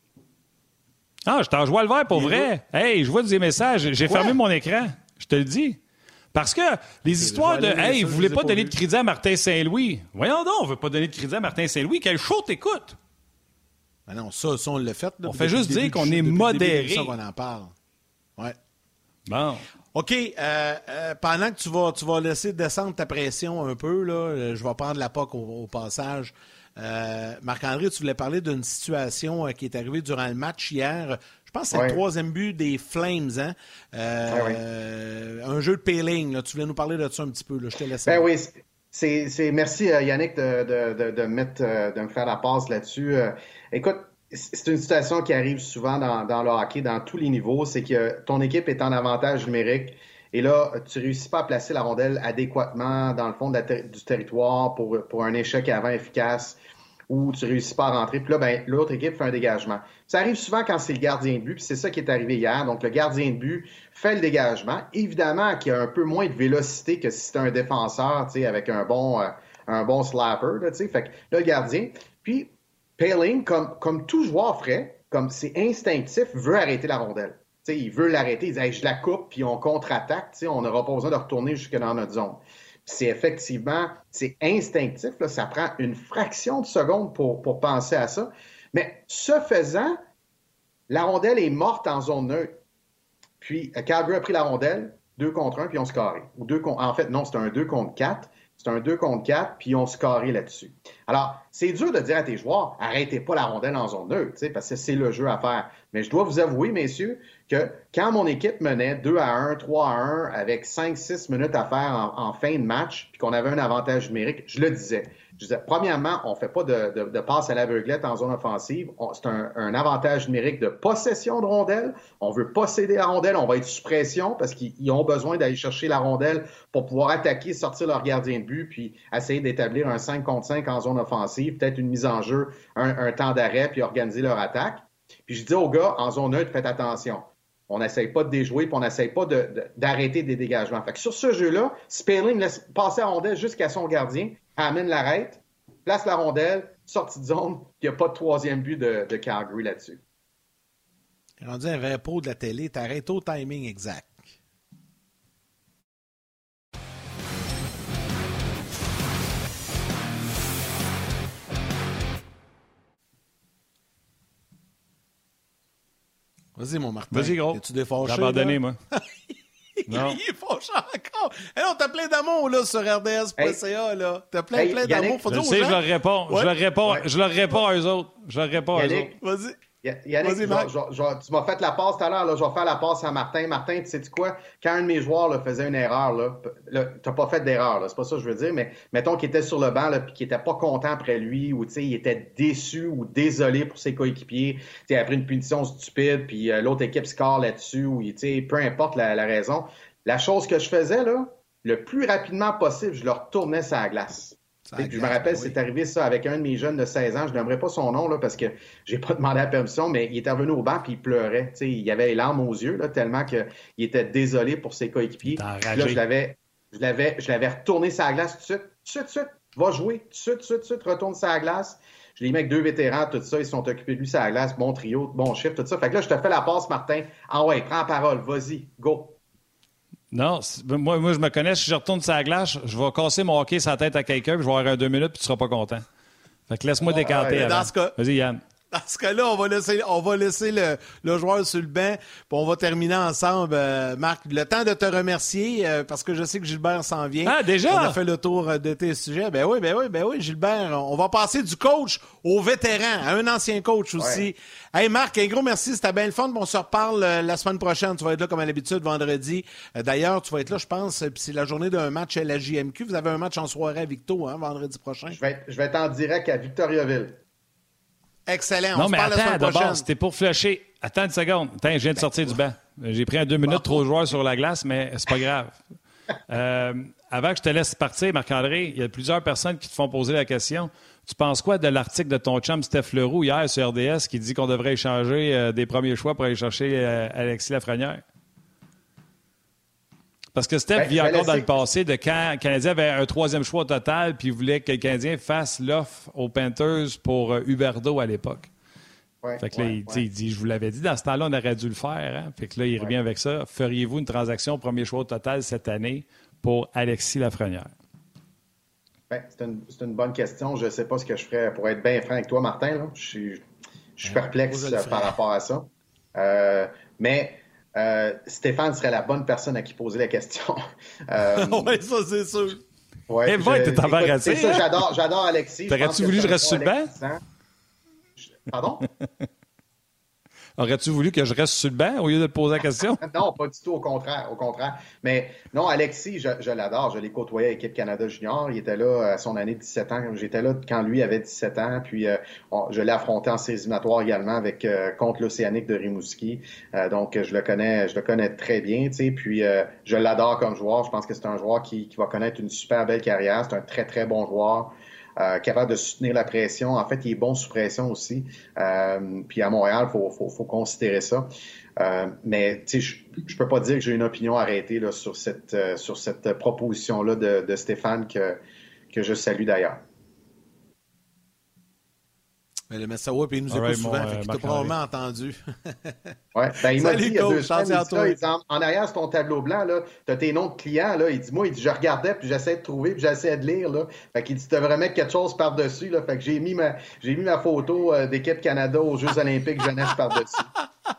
Ah, je t'en joue le vert pour Il vrai. Veut... Hey, je vois des messages. J'ai Quoi? fermé mon écran. Je te le dis. Parce que les Et histoires de « Hey, vous voulez pas donner de crédit à Martin Saint-Louis? » Voyons donc, on veut pas donner de crédit à Martin Saint-Louis. Quel show t'écoutes? Ben non, ça, ça on l'a fait. Là, on fait juste dire qu'on est modéré. qu'on en parle. Ouais. Bon. OK. Euh, euh, pendant que tu vas, tu vas laisser descendre ta pression un peu, là, je vais prendre la P O C au, au passage. Euh, Marc-André, tu voulais parler d'une situation euh, qui est arrivée durant le match hier. Je pense que c'est ouais. le troisième but des Flames. Hein? Euh, ouais, ouais. Euh, un jeu de Peeling. Là. Tu voulais nous parler de ça un petit peu. Là. Je te laisse. Ben oui. C'est, c'est, merci Yannick de, de, de, de, mettre, de me faire la passe là-dessus. Euh, écoute, c'est une situation qui arrive souvent dans, dans le hockey, dans tous les niveaux. C'est que ton équipe est en avantage numérique. Et là, tu ne réussis pas à placer la rondelle adéquatement dans le fond de la ter- du territoire pour, pour un échec avant efficace ou tu ne réussis pas à rentrer. Puis là, ben, l'autre équipe fait un dégagement. Ça arrive souvent quand c'est le gardien de but, puis c'est ça qui est arrivé hier. Donc, le gardien de but fait le dégagement. Évidemment qu'il y a un peu moins de vélocité que si c'était un défenseur, tu sais, avec un bon, euh, un bon slapper, là, tu sais. Fait que là, le gardien. Puis, Peeling, comme, comme tout joueur ferait, comme c'est instinctif, veut arrêter la rondelle. T'sais, il veut l'arrêter, il dit hey, « je la coupe, puis on contre-attaque, t'sais, on n'aura pas besoin de retourner jusque dans notre zone. » C'est effectivement, c'est instinctif, là, ça prend une fraction de seconde pour, pour penser à ça. Mais ce faisant, la rondelle est morte en zone neutre. Puis Calgary a pris la rondelle, deux contre un, puis on se carré. Ou deux con... En fait, non, c'était un deux contre quatre. C'est un deux contre quatre, puis ils ont scoré là-dessus. Alors, c'est dur de dire à tes joueurs, arrêtez pas la rondelle en zone neutre, parce que c'est le jeu à faire. Mais je dois vous avouer, messieurs, que quand mon équipe menait deux à un, trois à un, avec cinq six minutes à faire en, en fin de match, puis qu'on avait un avantage numérique, je le disais. Je disais, premièrement, on ne fait pas de, de, de passe à l'aveuglette en zone offensive. On, c'est un, un avantage numérique de possession de rondelle. On veut posséder la rondelle. On va être sous pression parce qu'ils ont besoin d'aller chercher la rondelle pour pouvoir attaquer, sortir leur gardien de but, puis essayer d'établir un cinq contre cinq en zone offensive, peut-être une mise en jeu, un, un temps d'arrêt, puis organiser leur attaque. Puis je dis aux gars, en zone neutre, faites attention. On n'essaye pas de déjouer, puis on n'essaye pas de, de, d'arrêter des dégagements. Fait que sur ce jeu-là, Spaling laisse passer la rondelle jusqu'à son gardien, amène l'arrête, place la rondelle, sortie de zone, puis il n'y a pas de troisième but de, de Calgary là-dessus. Rendu un vrai pro de la télé, t'arrêtes au timing exact. Vas-y, mon Martin. Vas-y, gros. Es-tu défâché? J'ai abandonné, moi. Non. Il est fâché encore. Hey, non, t'as plein d'amour là, sur R D S point C A. Hey. Là. T'as plein, hey, plein Yannick, d'amour. Faut je dire sais, aux gens. je leur réponds. Ouais. Je leur réponds, ouais. je leur réponds à eux autres. Je leur réponds Yannick, à eux autres. Vas-y. Yannick, je, je, je, tu m'as fait la passe tout à l'heure, là, je vais faire la passe à Martin. Martin, tu sais-tu quoi? Quand un de mes joueurs là, faisait une erreur, là, là, tu n'as pas fait d'erreur, là, c'est pas ça que je veux dire, mais mettons qu'il était sur le banc et qu'il n'était pas content après lui, ou il était déçu ou désolé pour ses coéquipiers, il a pris une punition stupide, puis euh, l'autre équipe score là-dessus, ou peu importe la, la raison. La chose que je faisais, là, le plus rapidement possible, je le retournais sur la glace. Glace, je me rappelle, ben oui. C'est arrivé ça avec un de mes jeunes de seize ans. Je n'aimerais pas son nom là, parce que j'ai pas demandé la permission, mais il était revenu au banc et il pleurait. T'sais, il avait les larmes aux yeux là, tellement qu'il était désolé pour ses coéquipiers. Là, je l'avais, je l'avais, je l'avais retourné sur la glace tout de suite. Tout de suite, tout de suite. Va jouer. Tout de suite, tout de suite, tout de suite. Retourne sur la glace. Je l'ai mis avec deux vétérans, tout ça. Ils se sont occupés de lui sur la glace. Bon trio, bon chiffre, tout ça. Fait que là, je te fais la passe, Martin. Ah ouais, prends la parole. Vas-y. Go. Non, moi, moi, je me connais. Si je retourne sur la glace, je vais casser mon hockey sur la tête à quelqu'un, puis je vais avoir un deux minutes, puis tu seras pas content. Fait que laisse-moi décanter ouais, avant. Dans ce cas, vas-y, Yann. Dans ce cas-là, on va laisser, on va laisser le, le joueur sur le banc, puis on va terminer ensemble. Euh, Marc, le temps de te remercier, euh, parce que je sais que Gilbert s'en vient. Ah, déjà? On a fait le tour de tes sujets. Ben oui, ben oui, ben oui, Gilbert. On va passer du coach au vétéran, à un ancien coach aussi. Ouais. Hey Marc, un gros merci, c'était bien le fun. On se reparle euh, la semaine prochaine. Tu vas être là comme à l'habitude, vendredi. Euh, d'ailleurs, tu vas être là, je pense, puis c'est la journée d'un match à la J M Q. Vous avez un match en soirée à Victo, hein, vendredi prochain. Je vais être, je vais être en direct à Victoriaville. Excellent. Non, on mais se parle attends, la semaine prochaine. c'était pour flusher. Attends une seconde. Attends, je viens de sortir du banc. J'ai pris un deux minutes, trop de joueurs sur la glace, mais c'est pas grave. euh, avant que je te laisse partir, Marc-André, il y a plusieurs personnes qui te font poser la question. Tu penses quoi de l'article de ton chum Steph Leroux hier sur R D S qui dit qu'on devrait échanger euh, des premiers choix pour aller chercher euh, Alexis Lafrenière? Parce que Steph ben, vit encore laisser... dans le passé de quand le Canadien avait un troisième choix au total puis il voulait que le Canadien fasse l'offre aux Panthers pour euh, Huberdeau à l'époque. Ouais, fait que là, ouais, il, ouais. il dit, je vous l'avais dit, dans ce temps-là, on aurait dû le faire. Hein? Fait que là, il revient ouais. avec ça. Feriez-vous une transaction premier choix au total cette année pour Alexis Lafrenière? Ben, c'est, une, c'est une bonne question. Je ne sais pas ce que je ferais. Pour être bien franc avec toi, Martin, là, je suis, je suis perplexe euh, par rapport à ça. Euh, mais... Euh, Stéphane serait la bonne personne à qui poser la question. euh, oui, ça, c'est sûr. Ouais, hey, boy, t'es embarrassé. C'est ça, j'adore, j'adore Alexis. T'aurais-tu voulu que je reste sur le banc? Pardon? Aurais-tu voulu que je reste sur le banc au lieu de te poser la question? Non, pas du tout, au contraire, au contraire. Mais non, Alexis, je, je l'adore. Je l'ai côtoyé à l'équipe Canada Junior. Il était là à son année de dix-sept ans. J'étais là quand lui avait dix-sept ans. Puis euh, on, je l'ai affronté en séries éliminatoires également avec euh, contre l'Océanique de Rimouski. Euh, donc je le connais, je le connais très bien. Tu sais. Puis euh, je l'adore comme joueur. Je pense que c'est un joueur qui, qui va connaître une super belle carrière. C'est un très très bon joueur. Euh, capable de soutenir la pression. En fait, il est bon sous pression aussi. Euh, puis à Montréal, faut, faut, faut considérer ça. Euh, mais tu sais, je, je peux pas dire que j'ai une opinion arrêtée là, sur cette euh, sur cette proposition-là de, de Stéphane que que je salue d'ailleurs. Mais le Messawa, puis il nous écoute right, souvent, mon, fait qu'il t'a probablement entendu. Ouais, ben il m'a dit il y a deux semaines, il dit, là, il dit, en, en arrière sur ton tableau blanc, là, t'as tes noms de clients, là, il dit, moi, il dit, je regardais, puis j'essayais de trouver, puis j'essayais de lire, là. Fait qu'il dit, tu devrais mettre quelque chose par-dessus, là. Fait que j'ai mis ma, j'ai mis ma photo euh, d'équipe Canada aux Jeux olympiques jeunesse par-dessus.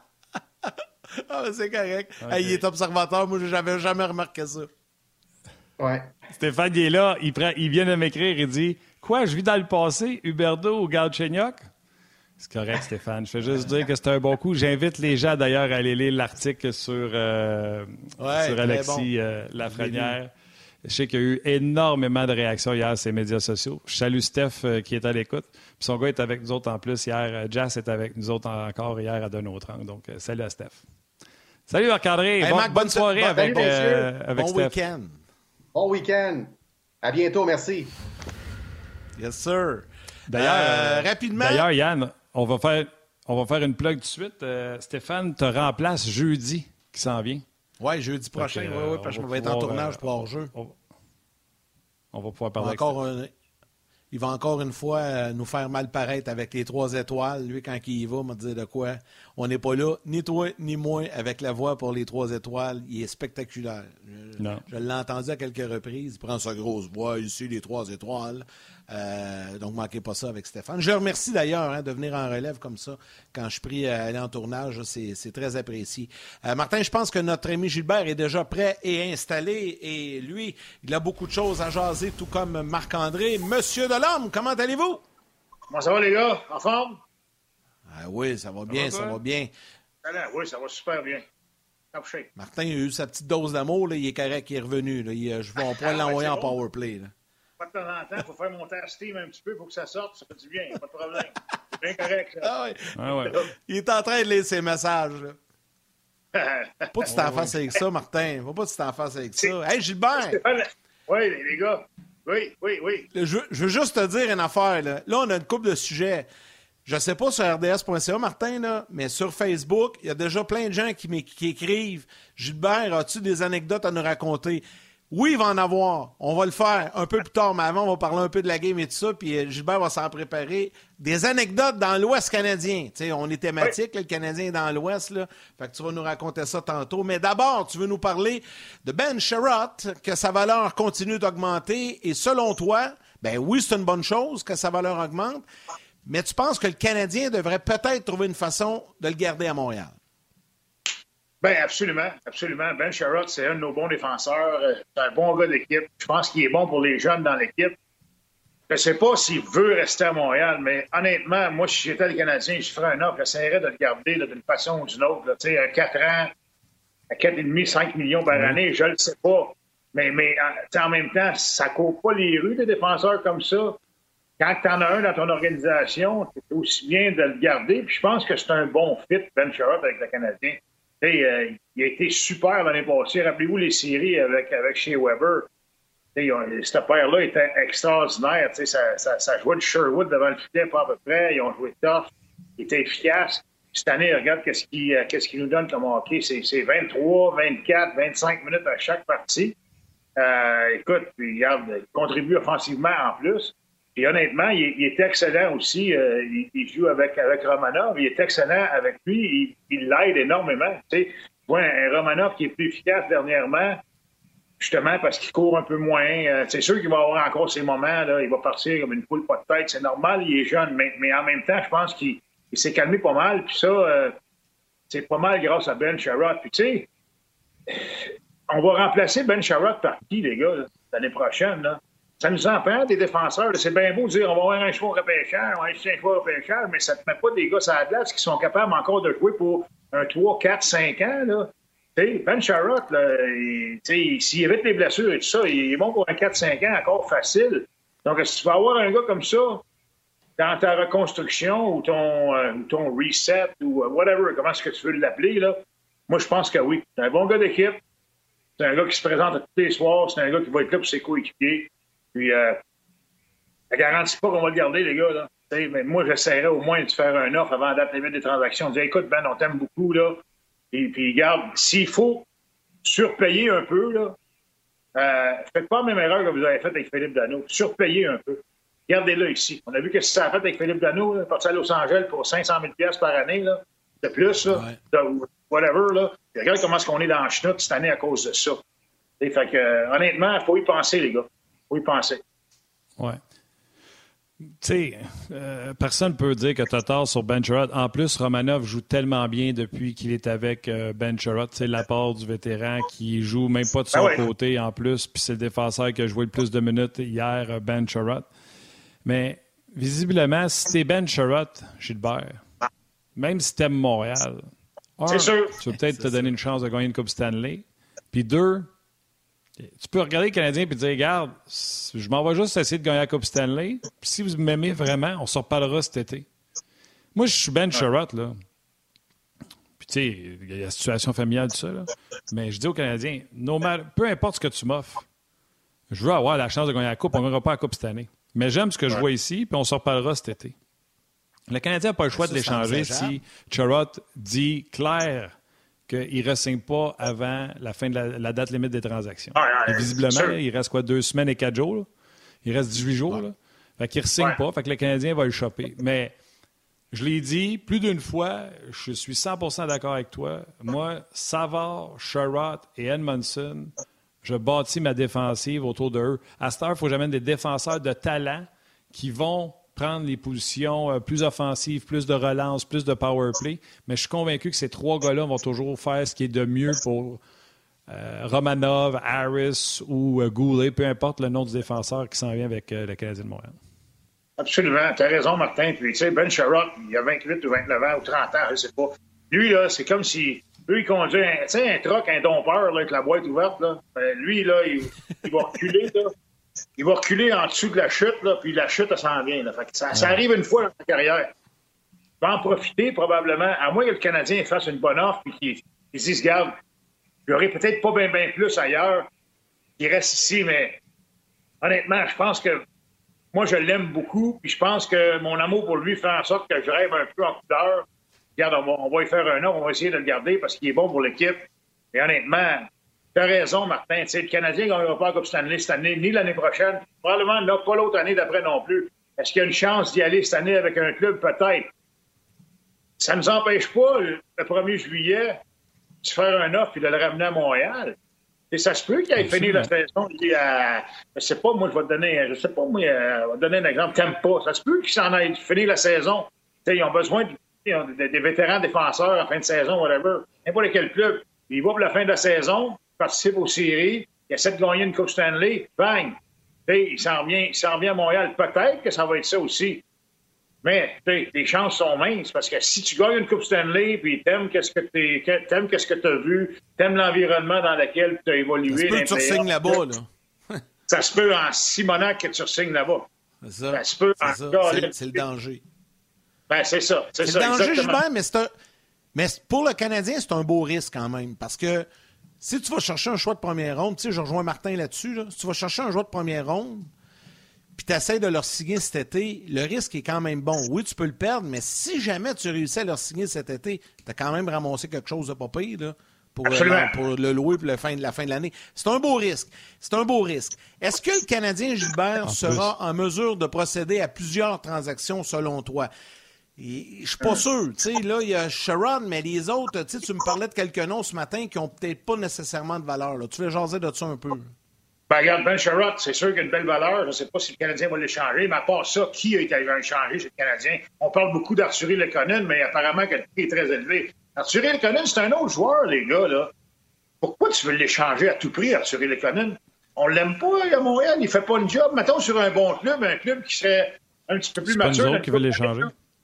Ah, ben c'est correct. Okay. Hey, il est observateur, moi, j'avais jamais remarqué ça. Ouais. Stéphane, il est là, il, prend, il vient de m'écrire, il dit « Quoi, je vis dans le passé, Huberdeau ou Galchenyuk? » C'est correct, Stéphane. Je fais juste dire que c'est un bon coup. J'invite les gens, d'ailleurs, à aller lire l'article sur, euh, ouais, sur Alexis bon. euh, Lafrenière. Je sais qu'il y a eu énormément de réactions hier sur les médias sociaux. Je salue Steph euh, qui est à l'écoute. Puis son gars est avec nous autres en plus hier. Jazz est avec nous autres encore hier à deux autres trente. Donc, euh, salut à Steph. Salut Marc-André. Hey, bon, Marc, bonne, bonne soirée bon, avec, euh, avec bon Steph. week-end. Bon week-end. À bientôt, merci. Yes, sir. D'ailleurs, euh, rapidement. D'ailleurs, Yann, on va faire, on va faire une plug tout de suite. Euh, Stéphane te remplace jeudi qui s'en vient. Oui, jeudi prochain. Oui, euh, oui, parce que je vais être en tournage pour hors-jeu. On, on va pouvoir parler encore avec un, Il va encore une fois euh, nous faire mal paraître avec les trois étoiles. Lui, quand il y va, m'a dit de quoi. On n'est pas là, ni toi, ni moi, avec la voix pour les trois étoiles. Il est spectaculaire. Je, Non. je l'ai entendu à quelques reprises. Il prend sa grosse voix ici, les trois étoiles. Euh, donc, manquez pas ça avec Stéphane. Je le remercie d'ailleurs hein, de venir en relève comme ça. Quand je prie à aller en tournage, c'est, c'est très apprécié. Euh, Martin, je pense que notre ami Gilbert est déjà prêt et installé. Et lui, il a beaucoup de choses à jaser, tout comme Marc-André. Monsieur Delorme, comment allez-vous? Comment ça va, les gars? En forme? Ah oui, ça va bien, ça, ça va bien. Allez, oui, ça va super bien. Capché. Martin il a eu sa petite dose d'amour, là, il est correct, il est revenu. Là. Il, je vais on pourrait l'envoyer en powerplay. Là. Pas de temps en temps, il faut faire monter à Steam un petit peu pour que ça sorte, ça fait du bien, pas de problème. C'est bien correct, ça. Ah, ouais. Ah ouais. Il est en train de lire ses messages. Là. Pas que tu t'en fasses avec ça, Martin. Faut pas que tu t'en fasses avec ça. Hey, Gilbert! Oui, les gars. Oui, oui, oui. Je, je veux juste te dire une affaire. Là, là on a une couple de sujets. Je sais pas sur R D S point C A, Martin, là, mais sur Facebook, il y a déjà plein de gens qui, qui écrivent « Gilbert, as-tu des anecdotes à nous raconter? » Oui, il va en avoir. On va le faire un peu plus tard, mais avant, on va parler un peu de la game et tout ça, puis Gilbert va s'en préparer. Des anecdotes dans l'Ouest canadien. T'sais, on est thématique, oui. Là, le Canadien est dans l'Ouest, là. Fait que tu vas nous raconter ça tantôt. Mais d'abord, tu veux nous parler de Ben Sherratt, que sa valeur continue d'augmenter, et selon toi, ben oui, c'est une bonne chose que sa valeur augmente, mais tu penses que le Canadien devrait peut-être trouver une façon de le garder à Montréal? Bien, absolument, absolument. Ben Sherratt, c'est un de nos bons défenseurs. C'est un bon gars d'équipe. Je pense qu'il est bon pour les jeunes dans l'équipe. Je ne sais pas s'il veut rester à Montréal, mais honnêtement, moi, si j'étais le Canadien, je ferais un offre. J'essaierais de le garder là, d'une façon ou d'une autre. Tu sais, à quatre ans, à quatre virgule cinq, cinq millions par année, je ne le sais pas. Mais, mais en même temps, ça ne court pas les rues des défenseurs comme ça. Quand tu en as un dans ton organisation, c'est aussi bien de le garder. Puis je pense que c'est un bon fit, Ben Sherratt, avec le Canadien. Euh, il a été super l'année passée. Rappelez-vous les séries avec, avec Shea Weber. Ont, ce père-là était extraordinaire. Ça, ça, ça jouait de Sherwood devant le filet, pas à peu près. Ils ont joué tough. Il était efficace. Cette année, regarde qu'est-ce qu'il, qu'est-ce qu'il nous donne comme hockey. C'est, c'est vingt-trois, vingt-quatre, vingt-cinq minutes à chaque partie. Euh, écoute, puis, regarde, il contribue offensivement en plus. Puis honnêtement, il, il est excellent aussi. Euh, il, il joue avec, avec Romanov. Il est excellent avec lui. Il, il l'aide énormément. Tu sais, ouais, un Romanov qui est plus efficace dernièrement, justement parce qu'il court un peu moins. Euh, c'est sûr qu'il va avoir encore ses moments. Là, il va partir comme une poule pas de tête. C'est normal, il est jeune. Mais, mais en même temps, je pense qu'il il s'est calmé pas mal. Puis ça, euh, c'est pas mal grâce à Ben Sherratt. Puis tu sais, on va remplacer Ben Sherratt par qui, les gars, là, l'année prochaine, là? Ça nous en prend des défenseurs. C'est bien beau de dire on va avoir un choix au repêchage, on va acheter un choix au repêchage, mais ça ne te met pas des gars sur la glace qui sont capables encore de jouer pour un trois, quatre, cinq ans. Là. T'sais, Ben Sherratt, s'il évite les blessures et tout ça, il est bon pour un quatre, cinq ans encore facile. Donc, si tu vas avoir un gars comme ça dans ta reconstruction ou ton, euh, ton reset ou uh, whatever, comment est-ce que tu veux l'appeler, là, moi, je pense que oui. C'est un bon gars d'équipe. C'est un gars qui se présente tous les soirs. C'est un gars qui va être là pour ses coéquipiers. Puis, euh, ça ne garantit pas qu'on va le garder, les gars. Là. Mais moi, j'essaierais au moins de faire un offre avant d'atteindre des transactions. Dire, écoute, Ben, on t'aime beaucoup, là. Et puis, regarde, s'il faut surpayer un peu, là, euh, faites pas la même erreur que vous avez faite avec Philippe Danault. Surpayer un peu. Gardez-le ici. On a vu que ça a fait avec Philippe Danault, là, parti à Los Angeles pour cinq cent mille dollars par année, là, de plus, là, ouais. de whatever. Là. Et regarde comment est-ce qu'on est dans le chenoute cette année à cause de ça. Et fait que, euh, honnêtement, il faut y penser, les gars. Il faut y penser. Oui. Tu sais, euh, personne ne peut dire que tu as tort sur Ben Sherratt. En plus, Romanov joue tellement bien depuis qu'il est avec euh, Ben Sherratt. C'est l'apport du vétéran qui joue même pas de son ah ouais. côté en plus. Puis c'est le défenseur qui a joué le plus de minutes hier, Ben Sherratt. Mais visiblement, si t'es Ben Sherratt, Gilbert, même si t'aimes Montréal, un, c'est sûr. tu vas peut-être c'est te donner une chance de gagner une Coupe Stanley. Puis deux, tu peux regarder les Canadiens et dire, regarde, je m'en vais juste essayer de gagner la Coupe Stanley. Puis si vous m'aimez vraiment, on se reparlera cet été. Moi, je suis Ben Sherratt, là. Puis tu sais, il y a la situation familiale, tout ça, là. Mais je dis aux Canadiens, no matter, peu importe ce que tu m'offres, je veux avoir la chance de gagner la Coupe. On ne verra pas la Coupe cette année. Mais j'aime ce que je ouais. vois ici, puis on se reparlera cet été. Le Canadien n'a pas le choix ça, de l'échanger si Sherratt dit clair qu'il ne re-signe pas avant la fin de la, la date limite des transactions. Ah, ah, Et visiblement, là, là, il reste quoi, deux semaines et quatre jours? Là? Il reste dix-huit jours. Là. Fait qu'il ne re-signe ouais. pas. Fait que le Canadien va le choper. Mais je l'ai dit plus d'une fois, je suis cent pour cent d'accord avec toi. Moi, Savard, Sherratt et Edmondson, je bâtis ma défensive autour d'eux. À cette heure, il faut que j'amène des défenseurs de talent qui vont prendre les positions plus offensives, plus de relance, plus de power play. Mais je suis convaincu que ces trois gars-là vont toujours faire ce qui est de mieux pour euh, Romanov, Harris ou euh, Goulet, peu importe le nom du défenseur qui s'en vient avec euh, le Canadien de Montréal. Absolument. Tu as raison, Martin. Puis, tu sais, Ben Sherratt, il a vingt-huit ou vingt-neuf ans ou trente ans, je sais pas. Lui, là, c'est comme si... Lui, il conduit un, tu sais, un truck, un dompeur, là, avec la boîte ouverte, là. Ben, lui, là, il, il va reculer, là. Il va reculer en dessous de la chute, là, puis la chute, elle s'en vient. Là. Fait que ça, ça arrive une fois dans sa carrière. Il va en profiter, probablement, à moins que le Canadien fasse une bonne offre, puis qu'il, qu'il se dise, regarde, j'aurais peut-être pas bien ben plus ailleurs, qu'il reste ici, mais honnêtement, je pense que moi, je l'aime beaucoup, puis je pense que mon amour pour lui fait en sorte que je rêve un peu en couleur. Regarde, on va, on va y faire un offre, on va essayer de le garder parce qu'il est bon pour l'équipe. Et honnêtement, tu as raison, Martin. Tu sais, le Canadien ne gagnera pas la Coupe Stanley cette année, ni l'année prochaine. Probablement là, pas l'autre année d'après non plus. Est-ce qu'il y a une chance d'y aller cette année avec un club? Peut-être. Ça ne nous empêche pas, le premier juillet, de faire un offre et de le ramener à Montréal. Et ça se peut qu'il ait fini la saison. Il dit à, je sais pas, moi, je vais te donner, je sais pas, moi, je vais te donner un exemple. T'aimes pas. Ça se peut qu'il s'en aille finir la saison. Tu sais, ils ont besoin de, ils ont des, des vétérans défenseurs en fin de saison, whatever. N'importe quel club. Il va pour la fin de la saison, participe aux séries, il essaie de gagner une Coupe Stanley, bang! T'sais, il s'en vient, il s'en vient à Montréal. Peut-être que ça va être ça aussi. Mais les chances sont minces parce que si tu gagnes une Coupe Stanley puis t'aimes qu'est-ce que t'es, t'aimes qu'est-ce que t'as vu, t'aimes l'environnement dans lequel tu as évolué. Ça se peut que tu re-signes là-bas, là. Ça se peut en Simonac que tu re-signes là-bas. C'est ça. Ça se peut c'est, en ça. Caroline. C'est, c'est le danger. Ben, c'est ça. C'est, c'est ça, le danger, exactement. Gilbert, mais, c'est un... mais pour le Canadien, c'est un beau risque quand même. Parce que si tu vas chercher un choix de première ronde, tu sais, je rejoins Martin là-dessus, là, si tu vas chercher un choix de première ronde, puis tu essaies de leur signer cet été, le risque est quand même bon. Oui, tu peux le perdre, mais si jamais tu réussis à leur signer cet été, tu as quand même ramassé quelque chose de pas pire là, pour, euh, pour le louer pour la fin, la fin de l'année. C'est un beau risque. C'est un beau risque. Est-ce que le Canadien Gilbert en sera plus. en mesure de procéder à plusieurs transactions selon toi? Et je suis pas sûr. Tu sais, là, il y a Sherratt, mais les autres, tu sais, tu me parlais de quelques noms ce matin qui ont peut-être pas nécessairement de valeur. Là. Tu veux jaser de ça un peu? Ben, regarde, Ben Sherratt, c'est sûr qu'il a une belle valeur. Je ne sais pas si le Canadien va l'échanger, mais à part ça, qui a été arrivé à échanger chez le Canadien? On parle beaucoup d'Arthurie Lekonen, mais apparemment que le prix est très élevé. Arthurie Lekonen, c'est un autre joueur, les gars, là. Pourquoi tu veux l'échanger à tout prix, Arthurie Lekonen? On l'aime pas à Montréal, il fait pas une job. Mettons sur un bon club, un club qui serait un petit peu plus c'est mature. C'est pas nous autres qui veulent l'échanger.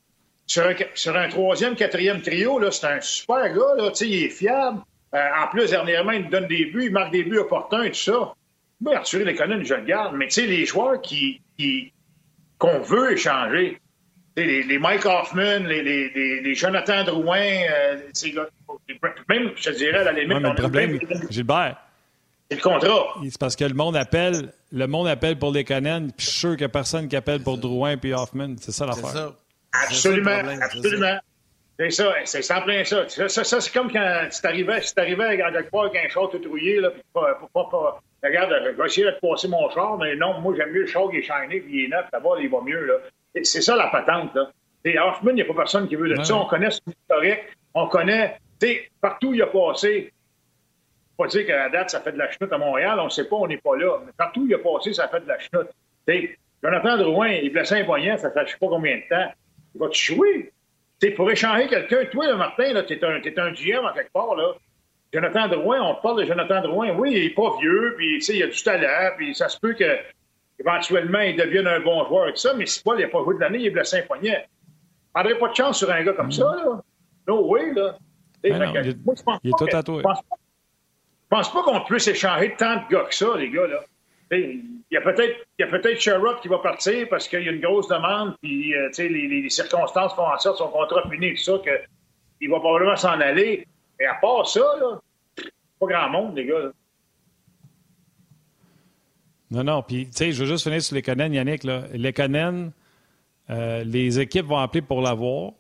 Sur un, sur un troisième, quatrième trio, là, c'est un super gars, là, tu sais, il est fiable. Euh, en plus, dernièrement, il nous donne des buts, il marque des buts opportuns et tout ça. Ben, Arthurie Lekonen, je le garde, mais tu sais, les joueurs qui, qui, qu'on veut échanger, les, les Mike Hoffman, les, les, les, les Jonathan Drouin, euh, ces gars, même, je te dirais, à la limite... Ouais, mais on le problème, même... Gilbert, c'est le contrat. C'est parce que le monde appelle, le monde appelle pour Lekonen, puis je suis sûr qu'il n'y a personne qui appelle pour Drouin et Hoffman. C'est ça l'affaire. C'est ça. Absolument, c'est ça problème, absolument. C'est ça, c'est sans plein ça. Ça, ça, ça c'est comme quand tu t'arrivais, si t'arrivais avec un char tout rouillé, là, puis pour pas, pas, regarde, je vais essayer de te passer mon char, mais non, moi, j'aime mieux le char qui est shiny, puis il est neuf, là-bas, il va mieux, là. C'est ça, la patente, là. Et Hoffman, il n'y a pas personne qui veut de ouais. ça. On connaît son historique, on connaît, tu sais, partout où il a passé. Pas dire qu'à la date, ça fait de la chenoute à Montréal, on ne sait pas, on n'est pas là. Mais partout où il a passé, ça fait de la chenoute. Tu sais, Jonathan Drouin, il est blessé un poignet, ça fait je sais pas combien de temps. Il va-tu jouer? T'sais, pour échanger quelqu'un, toi, là, Martin, là, t'es un, t'es un G M en quelque part, là. Jonathan Drouin, on parle de Jonathan Drouin. Oui, il est pas vieux, puis il a du talent, puis ça se peut que éventuellement, il devienne un bon joueur et tout ça, mais c'est pas, il n'a pas joué de l'année, il est blessé un poignet. Il n'aurait pas de chance sur un gars comme ça, là. No way, là. Non, non, il, moi, je pense il est tout à toi. Je pense pas, pense pas qu'on puisse échanger tant de gars que ça, les gars, là. Il y a peut-être il y a peut-être Sherrod qui va partir parce qu'il y a une grosse demande, puis euh, les, les circonstances font en sorte, son contrat fini, tout ça, qu'il va probablement s'en aller. Mais à part ça, là, pas grand monde, les gars, là. Non, non. Puis, tu sais, je veux juste finir sur Lekonen, Yannick. Là. Lekonen, euh, les équipes vont appeler pour l'avoir.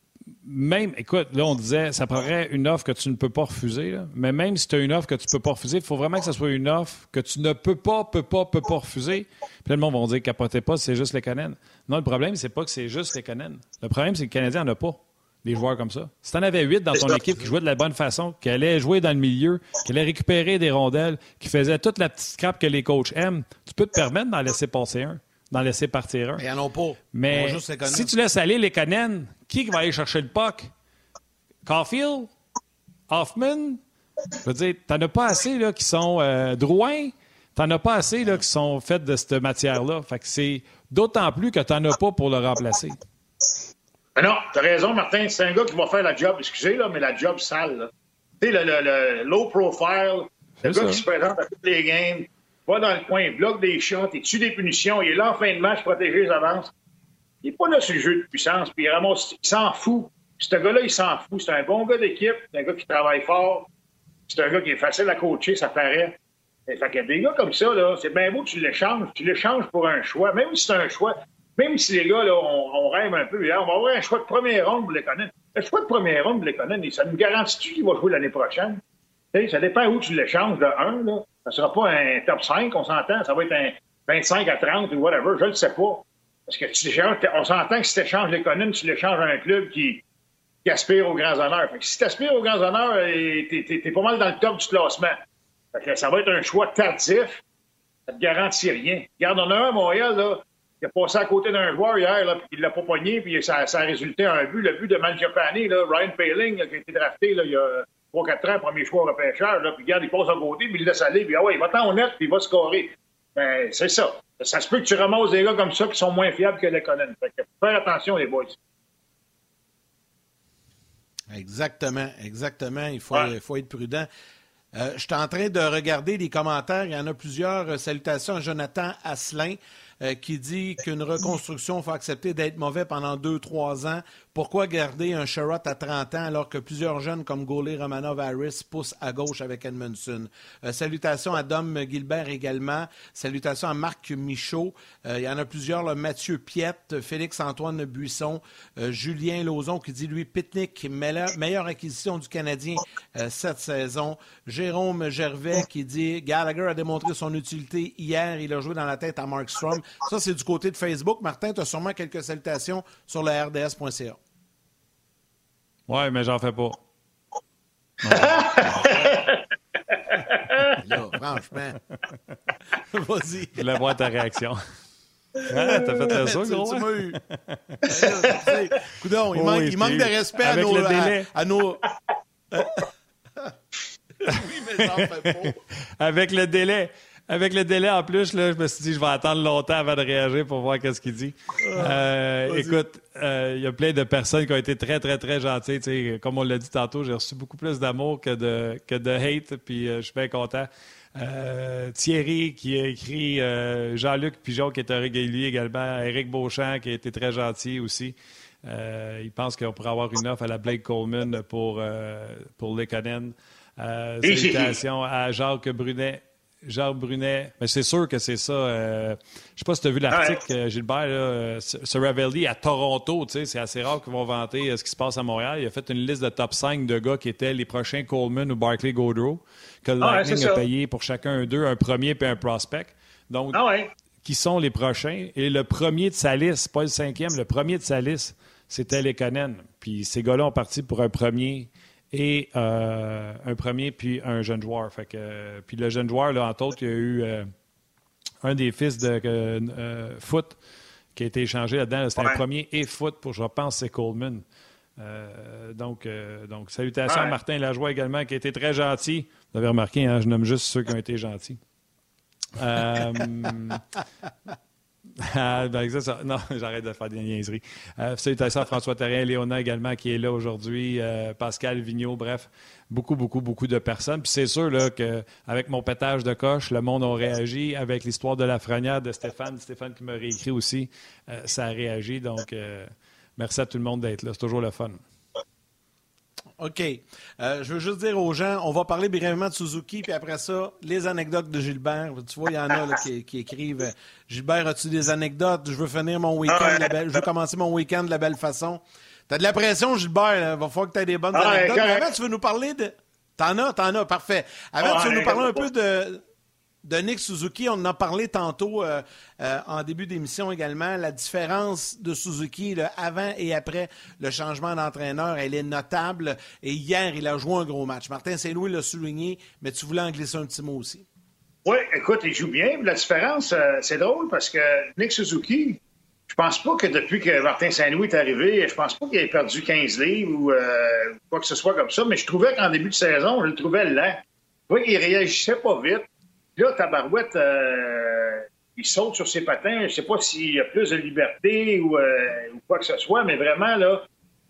Même, écoute, là, on disait, ça prendrait une offre que tu ne peux pas refuser. Là. Mais même si tu as une offre que tu ne peux pas refuser, il faut vraiment que ce soit une offre que tu ne peux pas, peux pas, peux pas refuser. Puis là, le monde va dire, capotez pas, c'est juste Lekonen. Non, le problème, c'est pas que c'est juste Lekonen. Le problème, c'est que le Canadien n'en a pas. Des joueurs comme ça. Si tu en avais huit dans ton équipe qui jouaient de la bonne façon, qui allaient jouer dans le milieu, qui allaient récupérer des rondelles, qui faisaient toute la petite scrap que les coachs aiment, tu peux te permettre d'en laisser passer un, d'en laisser partir un. Mais ils n'en ont pas. Mais si tu laisses aller les Lekonen, qui va aller chercher le puck? Caulfield? Hoffman? Je veux dire, t'en as pas assez là, qui sont euh, Drouin, t'en as pas assez là, qui sont faits de cette matière-là. Fait que c'est d'autant plus que t'en as pas pour le remplacer. Mais non, t'as raison, Martin. C'est un gars qui va faire la job, excusez, là, mais la job sale. Tu sais, le, le, le low profile, le gars qui se présente à toutes les games, va dans le coin, bloque des shots, il tue des punitions, il est là en fin de match, protéger les avances. Il n'est pas là sur le jeu de puissance, puis il ramasse, il s'en fout. Ce gars-là, il s'en fout. C'est un bon gars d'équipe, c'est un gars qui travaille fort, c'est un gars qui est facile à coacher, ça paraît. Fait qu'il y a des gars comme ça, là, c'est bien beau que tu l'échanges, tu l'échanges pour un choix, même si c'est un choix. Même si les gars, là, on, on rêve un peu, hein, on va avoir un choix de première ronde pour Lekonen. Le choix de première ronde pour Lekonen, ça nous garantit-tu qu'il va jouer l'année prochaine? T'sais, ça dépend où tu l'échanges de un. Là. Ça ne sera pas un top cinq, on s'entend. Ça va être un vingt-cinq à trente ou whatever, je ne le sais pas. Parce que tu on s'entend que si tu échanges Lekonen, tu l'échanges à un club qui, qui aspire aux grands honneurs. Fait que si tu aspires aux grands honneurs, tu es pas mal dans le top du classement. Fait que ça va être un choix tardif. Ça ne te garantit rien. Regarde, on a un à Montréal, là. Il a passé à côté d'un joueur hier, là, puis il l'a pas pogné, puis ça, ça a résulté en un but. Le but de Mangiapane, là, Ryan Poehling, là, qui a été drafté là, il y a trois quatre ans, premier choix au repêcheur, là, puis regarde, il passe à côté, puis il laisse aller, puis ah ouais, il va t'en net, puis il va scorer. Ben, c'est ça. Ça se peut que tu ramasses des gars comme ça qui sont moins fiables que Lekonen. Fait que faut faire attention, les boys. Exactement, exactement. Il faut, ouais. il faut être prudent. Euh, je suis en train de regarder les commentaires. Il y en a plusieurs. Salutations à Jonathan Asselin. Euh, qui dit qu'une reconstruction, il faut accepter d'être mauvais pendant deux trois ans. Pourquoi garder un Sherrod à trente ans alors que plusieurs jeunes comme Gaulet, Romanov, Harris poussent à gauche avec Edmondson? Euh, salutations à Dom Gilbert également. Salutations à Marc Michaud. Euh, il y en a plusieurs, là, Mathieu Piette, Félix-Antoine Buisson, euh, Julien Lauzon qui dit, lui, Pitnick, meilleure, meilleure acquisition du Canadien euh, cette saison. Jérôme Gervais qui dit, Gallagher a démontré son utilité hier. Il a joué dans la tête à Markstrom. Ça, c'est du côté de Facebook. Martin, tu as sûrement quelques salutations sur le R D S point C A. Oui, mais j'en fais pas. Là, franchement. Vas-y. Je voulais voir ta réaction. Ah, t'as fait ça, gros? Tu m'as eu. Coudon, il, oui, manque, il manque de respect à nos, à, à nos... Oui, mais j'en fais pas. Avec le délai. Avec le délai en plus, là, je me suis dit je vais attendre longtemps avant de réagir pour voir qu'est-ce qu'il dit. Euh, écoute, il euh, y a plein de personnes qui ont été très, très, très gentilles. T'sais, comme on l'a dit tantôt, j'ai reçu beaucoup plus d'amour que de, que de hate, puis euh, je suis bien content. Euh, Thierry qui a écrit, euh, Jean-Luc Pigeon qui est un régulier également, Éric Beauchamp qui a été très gentil aussi. Euh, il pense qu'on pourrait avoir une offre à la Blake Coleman pour, euh, pour Lekonen. Euh, salutations à Jacques Brunet. Jacques Brunet, mais c'est sûr que c'est ça. Euh, je ne sais pas si tu as vu l'article, ouais. Gilbert, là, Seravalli à Toronto, c'est assez rare qu'ils vont vanter ce qui se passe à Montréal. Il a fait une liste de top cinq de gars qui étaient les prochains Coleman ou Barclay Goodrow, que le ah, Lightning ouais, a payé pour chacun d'eux un premier puis un prospect. Donc, ah, ouais. qui sont les prochains? Et le premier de sa liste, pas le cinquième, le premier de sa liste, c'était Lekonen. Puis ces gars-là ont parti pour un premier... et euh, un premier, puis un jeune joueur. Fait que, puis le jeune joueur, là, entre autres, il y a eu euh, un des fils de euh, euh, foot qui a été échangé là-dedans. C'était ouais. un premier et foot pour, je pense, c'est Coleman. Euh, donc, euh, donc, salutations ouais. à Martin Lajoie également, qui a été très gentil. Vous avez remarqué, hein, je nomme juste ceux qui ont été gentils. Euh, ah, ben, ça, ça, non, j'arrête de faire des niaiseries. Euh, salutations à François Terrien, Léona également, qui est là aujourd'hui, euh, Pascal Vigneault, bref, beaucoup, beaucoup, beaucoup de personnes. Puis c'est sûr là, qu'avec mon pétage de coche, le monde a réagi. Avec l'histoire de Lafrenière de Stéphane, Stéphane qui m'a réécrit aussi, euh, ça a réagi. Donc, euh, merci à tout le monde d'être là. C'est toujours le fun. OK. Euh, je veux juste dire aux gens, on va parler brièvement de Suzuki, puis après ça, les anecdotes de Gilbert. Tu vois, il y en a là, qui, qui écrivent euh, « Gilbert, as-tu des anecdotes? Je veux finir mon week-end de la belle... Je veux commencer mon week-end de la belle façon. » T'as de la pression, Gilbert. Il va falloir que tu aies des bonnes ah, anecdotes. Mais avant, tu veux nous parler de... T'en as? T'en as, parfait. Avant, ah, tu veux nous parler un peu de... de Nick Suzuki. On en a parlé tantôt euh, euh, en début d'émission également. La différence de Suzuki là, avant et après le changement d'entraîneur, elle est notable. Et hier, il a joué un gros match. Martin Saint-Louis l'a souligné, mais tu voulais en glisser un petit mot aussi. Oui, écoute, il joue bien. La différence, euh, c'est drôle parce que Nick Suzuki, je pense pas que depuis que Martin Saint-Louis est arrivé, je pense pas qu'il ait perdu quinze livres ou euh, quoi que ce soit comme ça, mais je trouvais qu'en début de saison, je le trouvais lent. Je trouvais qu'il réagissait pas vite. Là, Tabarouette, euh, il saute sur ses patins. Je ne sais pas s'il y a plus de liberté ou, euh, ou quoi que ce soit, mais vraiment, là,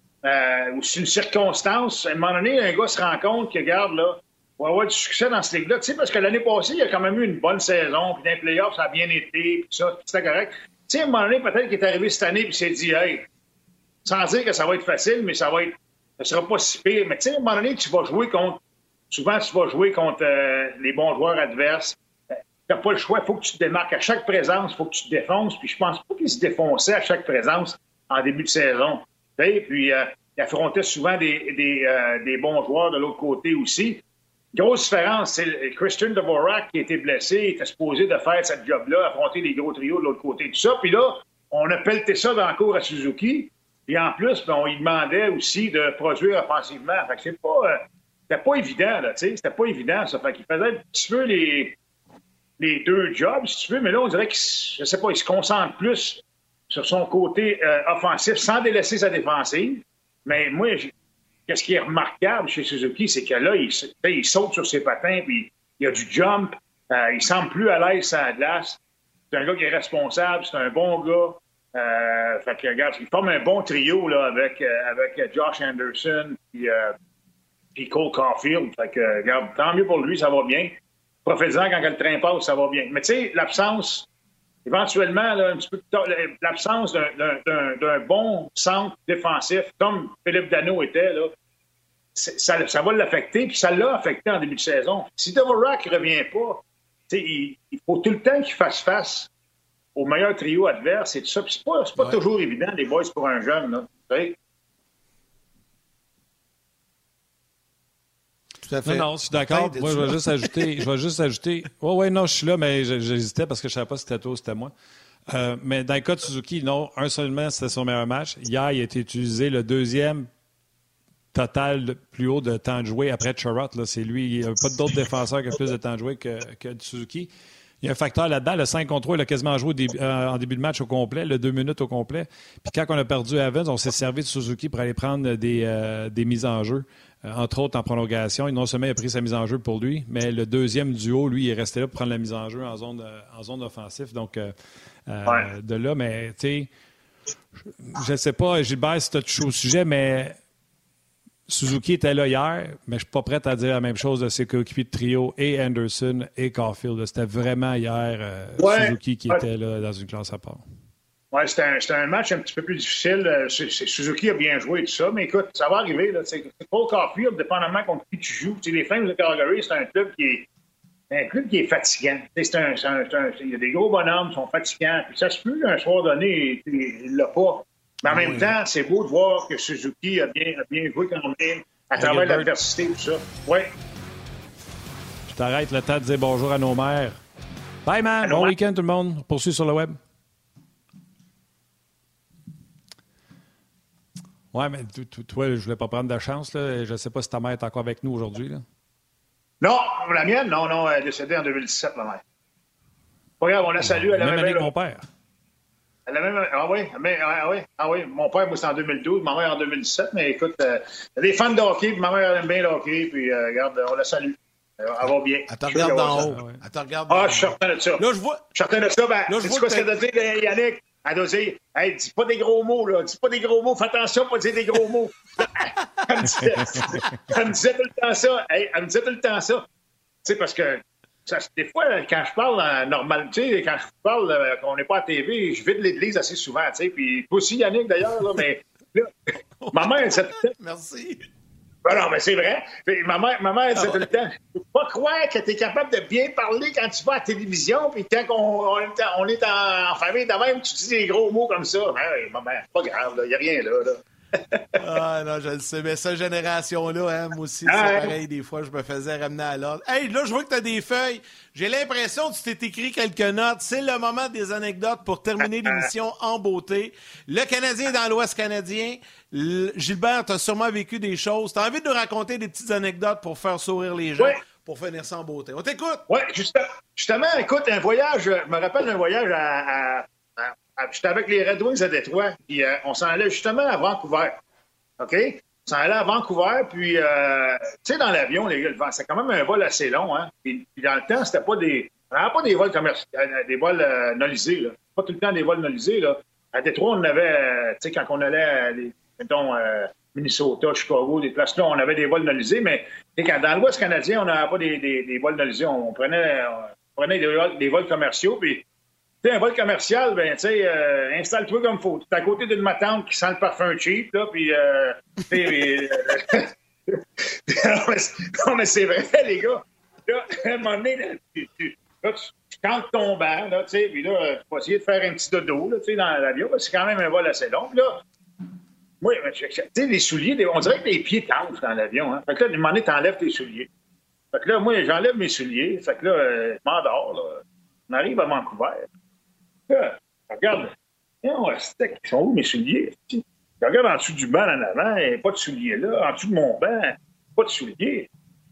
euh, ou c'est une circonstance. À un moment donné, un gars se rend compte que, regarde, là, on va avoir du succès dans cette ligue-là. Tu sais, parce que l'année passée, il a quand même eu une bonne saison, puis dans les playoffs, ça a bien été, puis ça, puis c'était correct. Tu sais, à un moment donné, peut-être qu'il est arrivé cette année, puis il s'est dit, hey, sans dire que ça va être facile, mais ça va être, ça sera pas si pire. Mais tu sais, à un moment donné, tu vas jouer contre. Souvent, tu vas jouer contre euh, les bons joueurs adverses. Euh, tu n'as pas le choix. Il faut que tu te démarques. À chaque présence, il faut que tu te défonces. Puis je pense pas qu'il se défonçait à chaque présence en début de saison. T'sais? Puis euh, il affrontait souvent des, des, euh, des bons joueurs de l'autre côté aussi. Grosse différence, c'est Christian Dvorak qui a été blessé. Il était supposé de faire cette job-là, affronter les gros trios de l'autre côté. Tout ça. Puis là, on a pelleté ça dans le cours à Suzuki. Puis en plus, ben, on lui demandait aussi de produire offensivement. Fait que c'est pas... Euh, C'était pas évident, là, tu sais. C'était pas évident, ça. Fait qu'il faisait un petit peu les, les deux jobs, si tu veux, mais là, on dirait qu'il, je sais pas, il se concentre plus sur son côté euh, offensif sans délaisser sa défensive. Mais moi, qu'est-ce qui est remarquable chez Suzuki, c'est que là, il, il saute sur ses patins, puis il y a du jump. Euh, il semble plus à l'aise sans la glace. C'est un gars qui est responsable, c'est un bon gars. Euh, fait que, regarde, il forme un bon trio, là, avec, euh, avec Josh Anderson, puis... Euh, puis Cole Caulfield. Fait que, regarde, tant mieux pour lui, ça va bien. Profitez-en quand le train passe, ça va bien. Mais tu sais, l'absence, éventuellement, là, un petit peu l'absence d'un, d'un, d'un bon centre défensif, comme Philippe Danault était, là, ça, ça va l'affecter, puis ça l'a affecté en début de saison. Si Dvorak ne revient pas, il, il faut tout le temps qu'il fasse face au meilleur trio adverse et tout ça. Puis c'est pas, c'est pas ouais. toujours évident, les boys, pour un jeune, là. Tu sais? Non, non, je suis d'accord. Moi, je vais juste ajouter. Je vais juste ajouter. Oui, oui, non, je suis là, mais j'hésitais parce que je ne savais pas si c'était toi ou c'était moi. Euh, mais dans le cas de Suzuki, non, un seulement, c'était son meilleur match. Hier, il a été utilisé le deuxième total plus haut de temps de jouer après Chorot. Là, c'est lui. Il n'y a pas d'autres défenseurs qui ont plus de temps de jouer que, que Suzuki. Il y a un facteur là-dedans. Le cinq contre trois, il a quasiment joué début, euh, en début de match au complet, le deux minutes au complet. Puis quand on a perdu Evans, on s'est servi de Suzuki pour aller prendre des, euh, des mises en jeu. Euh, entre autres en prolongation. Et non seulement il a pris sa mise en jeu pour lui, mais le deuxième duo, lui, il est resté là pour prendre la mise en jeu en zone, euh, en zone offensive. Donc, euh, euh, ouais. de là, mais tu sais, je ne sais pas, Gilbert, si tu as touché au sujet, mais Suzuki était là hier, mais je ne suis pas prêt à dire la même chose de ses coéquipiers de trio et Anderson et Caulfield. C'était vraiment hier euh, ouais. Suzuki qui ouais. était là dans une classe à part. Oui, c'était un, c'était un match un petit peu plus difficile. C'est, c'est, Suzuki a bien joué et tout ça, mais écoute, ça va arriver. Là, c'est Cole Caulfield, dépendamment contre qui tu joues. T'sais, les Flames de Calgary, c'est un club qui est un club qui est fatigant. C'est un, c'est un, c'est un, il y a des gros bonhommes qui sont fatigants. Puis ça se peut un soir donné, il ne l'a pas. Mais en même oui. temps, c'est beau de voir que Suzuki a bien, a bien joué quand même à travers Gilbert. L'adversité et tout ça. Oui. Je t'arrête le temps de dire bonjour à nos mères. Bye, man. Allô, bon man. Week-end, tout le monde. On poursuit sur le web. Oui, mais toi, je ne voulais pas prendre de chance. Là. Je ne sais pas si ta mère est encore avec nous aujourd'hui. Là. Non, la mienne, non, non, elle est décédée en deux mille dix-sept, la mère. Pas grave, on la salue. Elle Même avait année bien que mon père. Elle a même... Ah oui, mais, ah oui, ah oui. Mon père, moi, c'est en deux mille douze, ma mère en deux mille dix-sept, mais écoute, euh, il y a des fans de hockey, puis ma mère elle aime bien le hockey, puis euh, regarde, on la salue. Elle va bien. Elle te regarde d'en haut. Elle te regarde Ah, je suis certain de ça. Là, je vois. Je suis certain de ça. Ben, là, je vois quoi ce qu'elle doit dire, Yannick? Elle doit dire, hey, dis pas des gros mots, là. Dis pas des gros mots. Fais attention à pas dire des gros mots. elle, me disait, elle me disait tout le temps ça. Hey, elle me disait tout le temps ça. Tu sais, parce que ça, des fois, quand je parle en normal, tu sais, quand je parle euh, qu'on n'est pas à T V, je vide l'église assez souvent, tu sais. Puis toi aussi, Yannick, d'ailleurs, là, mais là, ma mère, elle disait tout le temps. Merci. Ben non, mais c'est vrai. Ma mère, ma mère disait ah ouais. tout le temps, je ne peux pas croire que tu es capable de bien parler quand tu vas à la télévision, puis quand on, on est, en, on est en, en famille, de même, tu dis des gros mots comme ça. Ben oui, ma mère, c'est pas grave, il n'y a rien là. là. Ah non, je le sais, mais cette génération-là, hein, moi aussi, ah, c'est pareil, des fois, je me faisais ramener à l'ordre. Hey, là, je vois que tu as des feuilles. J'ai l'impression que tu t'es écrit quelques notes. C'est le moment des anecdotes pour terminer l'émission en beauté. Le Canadien dans l'Ouest canadien. Le... Gilbert, tu as sûrement vécu des choses. Tu as envie de nous raconter des petites anecdotes pour faire sourire les gens, ouais. pour finir ça en beauté. On t'écoute! Oui, justement, justement, écoute, un voyage, je me rappelle d'un voyage à... à... J'étais avec les Red Wings à Détroit, puis euh, on s'en allait justement à Vancouver. OK? On s'en allait à Vancouver, puis, euh, tu sais, dans l'avion, les gars, c'est quand même un vol assez long, hein? Puis, puis dans le temps, c'était pas des... On n'avait pas des vols commerciaux, des vols euh, nolisés, là. Pas tout le temps des vols nolisés, là. À Détroit, on avait, euh, tu sais, quand on allait, à, les, mettons, euh, Minnesota, Chicago, des places là, on avait des vols nolisés, mais quand, dans l'Ouest canadien, on n'avait pas des, des, des vols nolisés. On prenait, on prenait des, des vols commerciaux, puis... Tu sais, un vol commercial, ben, tu sais, euh, installe-toi comme il faut. Tu es à côté d'une matante qui sent le parfum cheap, là, puis, euh, tu sais, non, mais, non, mais c'est vrai, les gars. Là, à un moment donné, là, tu, tu, là, tu, tu cantes ton banc, là, tu sais, puis là, tu vas essayer de faire un petit dodo, là, tu sais, dans l'avion, parce que c'est quand même un vol assez long. Puis là, moi, tu sais, les souliers, on dirait que les pieds t'enflent dans l'avion, hein. Fait que là, à un moment donné, t'enlèves tes souliers. Fait que là, moi, j'enlève mes souliers. Fait que là, euh, je m'endors, là. On arrive à Vancouver. Là, regarde, non, ils sont où mes souliers? Je regarde en dessous du banc en avant, il n'y a pas de souliers là. En dessous de mon banc, pas de souliers.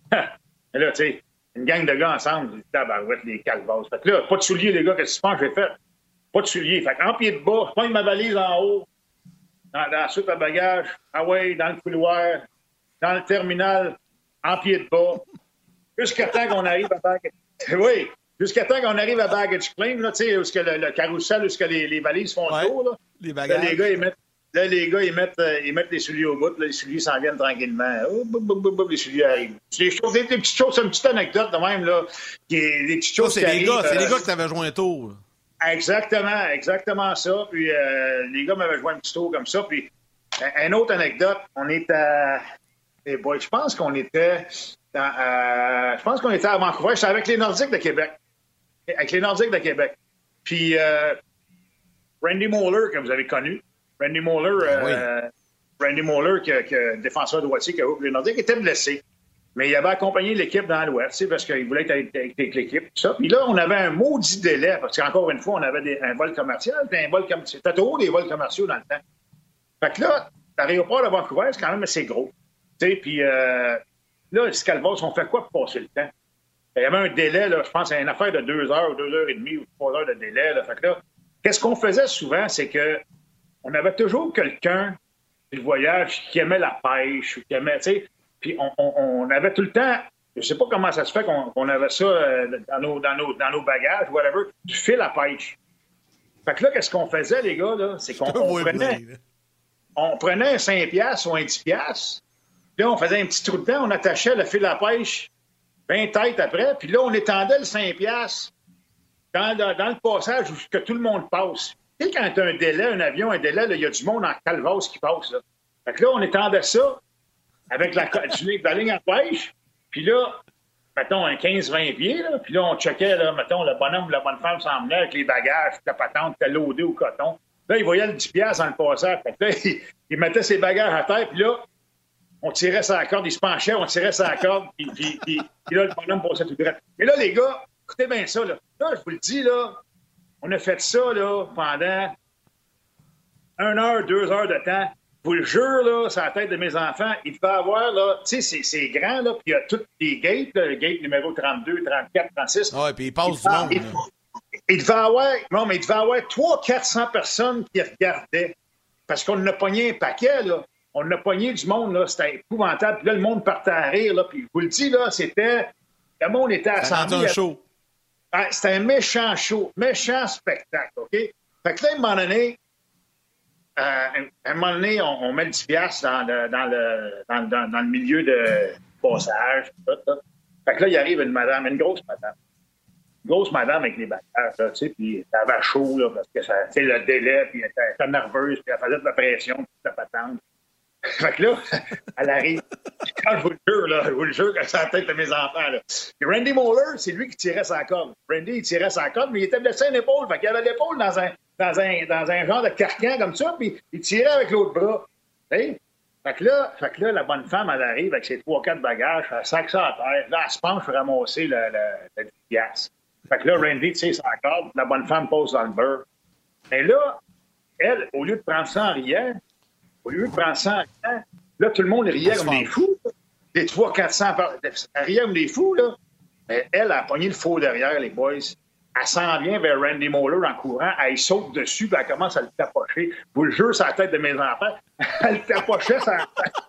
Et là, tu sais, une gang de gars ensemble, tabarouette, les calvasses. Fait que là, pas de souliers, les gars, qu'est-ce que tu penses que j'ai fait? Pas de souliers. Fait qu'en pied de bas, je prends ma valise en haut, dans, dans la suite à bagages, ah ouais, dans le couloir, dans le terminal, en pied de bas, jusqu'à temps qu'on arrive à baguette. Oui! Jusqu'à temps qu'on arrive à baggage claim, là, tu sais, où le, le carrousel, où les, les valises font ouais, le tour, là. Les bagages. Là, les gars, ils mettent, là, les, gars, ils mettent, euh, ils mettent les souliers au bout, là, les souliers s'en viennent tranquillement. Oh, boum, boum, boum, boum, les souliers arrivent. Des, choses, des, des petites choses, c'est une petite anecdote de même, là. Qui est, des petites choses ça, c'est les qui gars, arrivent, c'est euh, les gars qui t'avaient joint un tour. Exactement, exactement ça. Puis euh, les gars m'avaient joint un petit tour comme ça. Puis, une autre anecdote, on est à... Eh boy, je pense qu'on était... Dans, euh, je pense qu'on était à Vancouver. J'étais avec les Nordiques de Québec. Avec les Nordiques de Québec. Puis, euh, Randy Moller, que vous avez connu. Randy Moller, euh, oui. Randy Moller, qui, qui est défenseur droitier, qui a les Nordiques, était blessé. Mais il avait accompagné l'équipe dans l'Ouest, parce qu'il voulait être avec, avec l'équipe. Tout ça. Puis là, on avait un maudit délai, parce qu'encore une fois, on avait des, un vol commercial. Un vol com... C'était trop des vols commerciaux dans le temps. Fait que là, l'aéroport de Vancouver, c'est quand même assez gros. Tu sais, puis euh, là, les Calvas, on fait quoi pour passer le temps? Il y avait un délai, là, je pense, c'est une affaire de deux heures, deux heures et demie ou trois heures de délai. Là. Fait que là, qu'est-ce qu'on faisait souvent, c'est que on avait toujours quelqu'un du voyage qui aimait la pêche ou qui aimait, tu sais, puis on, on, on avait tout le temps, je sais pas comment ça se fait qu'on, qu'on avait ça euh, dans, nos, dans, nos, dans nos bagages, whatever, du fil à pêche. Fait que là, qu'est-ce qu'on faisait, les gars, là, c'est qu'on on prenait, on prenait un cinq piastres ou un dix piastres, là, on faisait un petit trou dedans, on attachait le fil à pêche vingt têtes après, puis là, on étendait le cinq piastres dans, dans, dans le passage où que tout le monde passe. Tu sais, quand tu as un délai, un avion, un délai, il y a du monde en calvasse qui passe. Là. Fait que là, on étendait ça avec la, du, la ligne à pêche, puis là, mettons, un quinze vingt pieds, là, puis là, on checkait, là, mettons, le bonhomme ou la bonne femme s'en venait avec les bagages, la patente, était loadée au coton. Là, il voyait le dix piastres dans le passage. Fait que là, il, il mettait ses bagages à terre, puis là, on tirait sa corde, il se penchait, on tirait sa corde, puis, puis, puis, puis là, le bonhomme passait tout droit. Et là, les gars, écoutez bien ça, là. Là, je vous le dis, là, on a fait ça, là, pendant une heure, deux heures de temps. Je vous le jure, là, sur la tête de mes enfants, il devait avoir, là, tu sais, c'est, c'est grand, là, puis il y a tous les gates, là, le gate numéro trente-deux, trente-quatre, trente-six. Ah ouais, puis il passe du monde. Il, il devait avoir, non, mais il devait avoir trois cents à quatre cents personnes qui regardaient. Parce qu'on en a pogné un paquet, là. On a pogné du monde, là. C'était épouvantable. Puis là, le monde partait à rire, là. Puis je vous le dis, là, c'était... Le monde était assemblé. C'était un show. Ah, c'était un méchant show, méchant spectacle, OK? Fait que là, à un moment donné, euh, à un moment donné, on, on met le dix piastres dans le, dans, le, dans, dans, dans le milieu de passage. Tout, tout. Fait que là, il arrive une madame, une grosse madame. Une grosse madame avec les bagages, tu sais, puis elle avait chaud, là, parce que ça, tu sais, le délai, puis elle était, elle était nerveuse, puis elle faisait de la pression, puis de la patente. Fait que là, elle arrive. Quand je vous le jure, là, je vous le jure que c'est la tête de mes enfants, là. Puis Randy Moller, c'est lui qui tirait sa corde. Randy, il tirait sa corde, mais il était blessé à l'épaule. Fait qu'il avait l'épaule dans un, dans, un, dans un genre de carcan comme ça, puis il tirait avec l'autre bras. Hey? Fait que là, fait que là, la bonne femme, elle arrive avec ses trois quatre bagages, elle sac ça à terre. Là, elle se penche pour ramasser le, le, le gaz. Fait que là, Randy tire sa corde, la bonne femme pose dans le beurre. Et là, elle, au lieu de prendre ça en riant, au lieu de prendre ça en riant, là, tout le monde riait comme des fous. Là. Des trois cents à quatre cents par... Elle riait comme des fous, là. Mais elle a pogné le faux derrière, les boys. Elle s'en vient vers Randy Moller en courant. Elle saute dessus, puis elle commence à le tapocher. Je vous le jure, c'est la tête de mes enfants. Elle le tapochait, ça...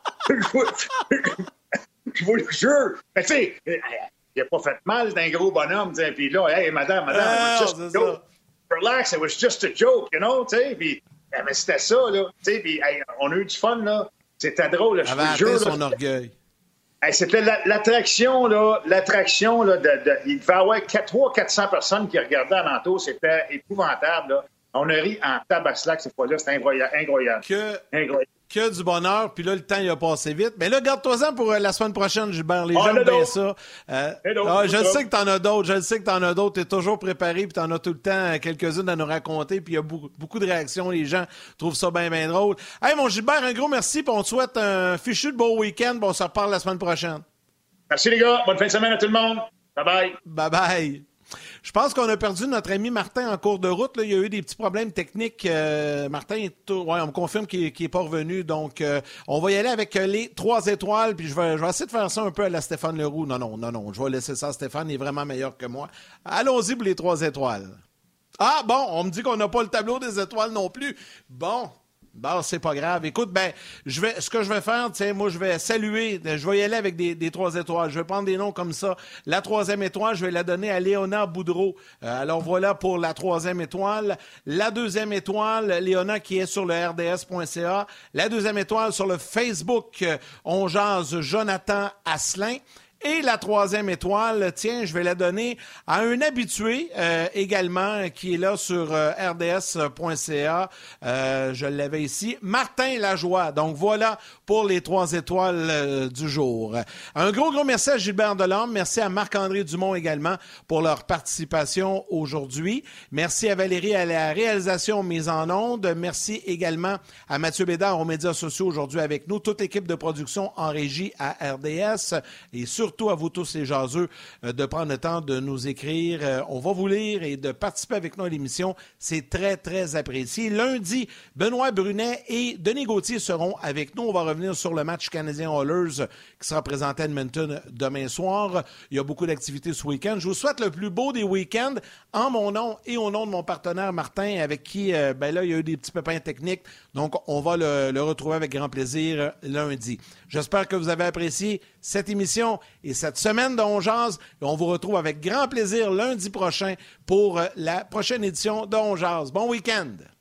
Je vous le jure. Mais tu sais, il n'a pas fait mal, c'est un gros bonhomme. T'sais. Puis là, hey, madame, madame, ah, it was just a joke. Relax, it was just a joke, you know, tu sais. Puis, mais c'était ça, là. Tu sais, puis hey, on a eu du fun, là. C'était drôle, là. Je vous le jure. son là, orgueil. Hey, c'était la, l'attraction, là. L'attraction, là. De, de, il devait y avoir trois cents à quatre cents personnes qui regardaient alentour. C'était épouvantable, là. On a ri en tabaslac cette fois-là. C'était incroyable. Incroyable. Que... incroyable. Que du bonheur, puis là, le temps, il a passé vite. Mais là, garde-toi-en pour euh, la semaine prochaine, Gilbert. Les oh, gens aiment bien d'autres. ça. Euh, d'autres, ah, je d'autres. sais que t'en as d'autres. Je le sais que t'en as d'autres. T'es toujours préparé, puis t'en as tout le temps quelques-unes à nous raconter. Puis il y a beaucoup, beaucoup de réactions. Les gens trouvent ça bien, bien drôle. Hey, mon Gilbert, un gros merci, puis on te souhaite un fichu de beau week-end. Puis on se reparle la semaine prochaine. Merci, les gars. Bonne fin de semaine à tout le monde. Bye-bye. Bye-bye. Je pense qu'on a perdu notre ami Martin en cours de route. Là. Il y a eu des petits problèmes techniques. Euh, Martin, est tout... ouais, on me confirme qu'il n'est pas revenu. Donc, euh, on va y aller avec les trois étoiles. Puis je vais, je vais essayer de faire ça un peu à la Stéphane Leroux. Non, non, non, non. Je vais laisser ça. Stéphane est vraiment meilleur que moi. Allons-y pour les trois étoiles. Ah, bon, on me dit qu'on n'a pas le tableau des étoiles non plus. Bon. Bon, c'est pas grave. Écoute, ben, je vais, ce que je vais faire, tiens, moi, je vais saluer, je vais y aller avec des, des trois étoiles. Je vais prendre des noms comme ça. La troisième étoile, je vais la donner à Léona Boudreau. Euh, alors voilà pour la troisième étoile. La deuxième étoile, Léona qui est sur le R D S point C A. La deuxième étoile sur le Facebook, euh, on jase Jonathan Asselin. Et la troisième étoile, tiens, je vais la donner à un habitué euh, également qui est là sur euh, R D S point C A. Euh, je l'avais ici, Martin Lajoie. Donc voilà pour les trois étoiles euh, du jour. Un gros, gros merci à Gilbert Delorme. Merci à Marc-André Dumont également pour leur participation aujourd'hui. Merci à Valérie à la réalisation mise en onde. Merci également à Mathieu Bédard aux médias sociaux aujourd'hui avec nous. Toute l'équipe de production en régie à R D S et sur Surtout à vous tous les jaseux euh, de prendre le temps de nous écrire. Euh, on va vous lire et de participer avec nous à l'émission. C'est très, très apprécié. Lundi, Benoît Brunet et Denis Gauthier seront avec nous. On va revenir sur le match Canadien-Oilers qui sera présenté à Edmonton demain soir. Il y a beaucoup d'activités ce week-end. Je vous souhaite le plus beau des week-ends en mon nom et au nom de mon partenaire Martin avec qui, euh, ben là, il y a eu des petits pépins techniques. Donc, on va le, le retrouver avec grand plaisir lundi. J'espère que vous avez apprécié cette émission et cette semaine de On Jase. On vous retrouve avec grand plaisir lundi prochain pour la prochaine édition de On Jase. Bon week-end!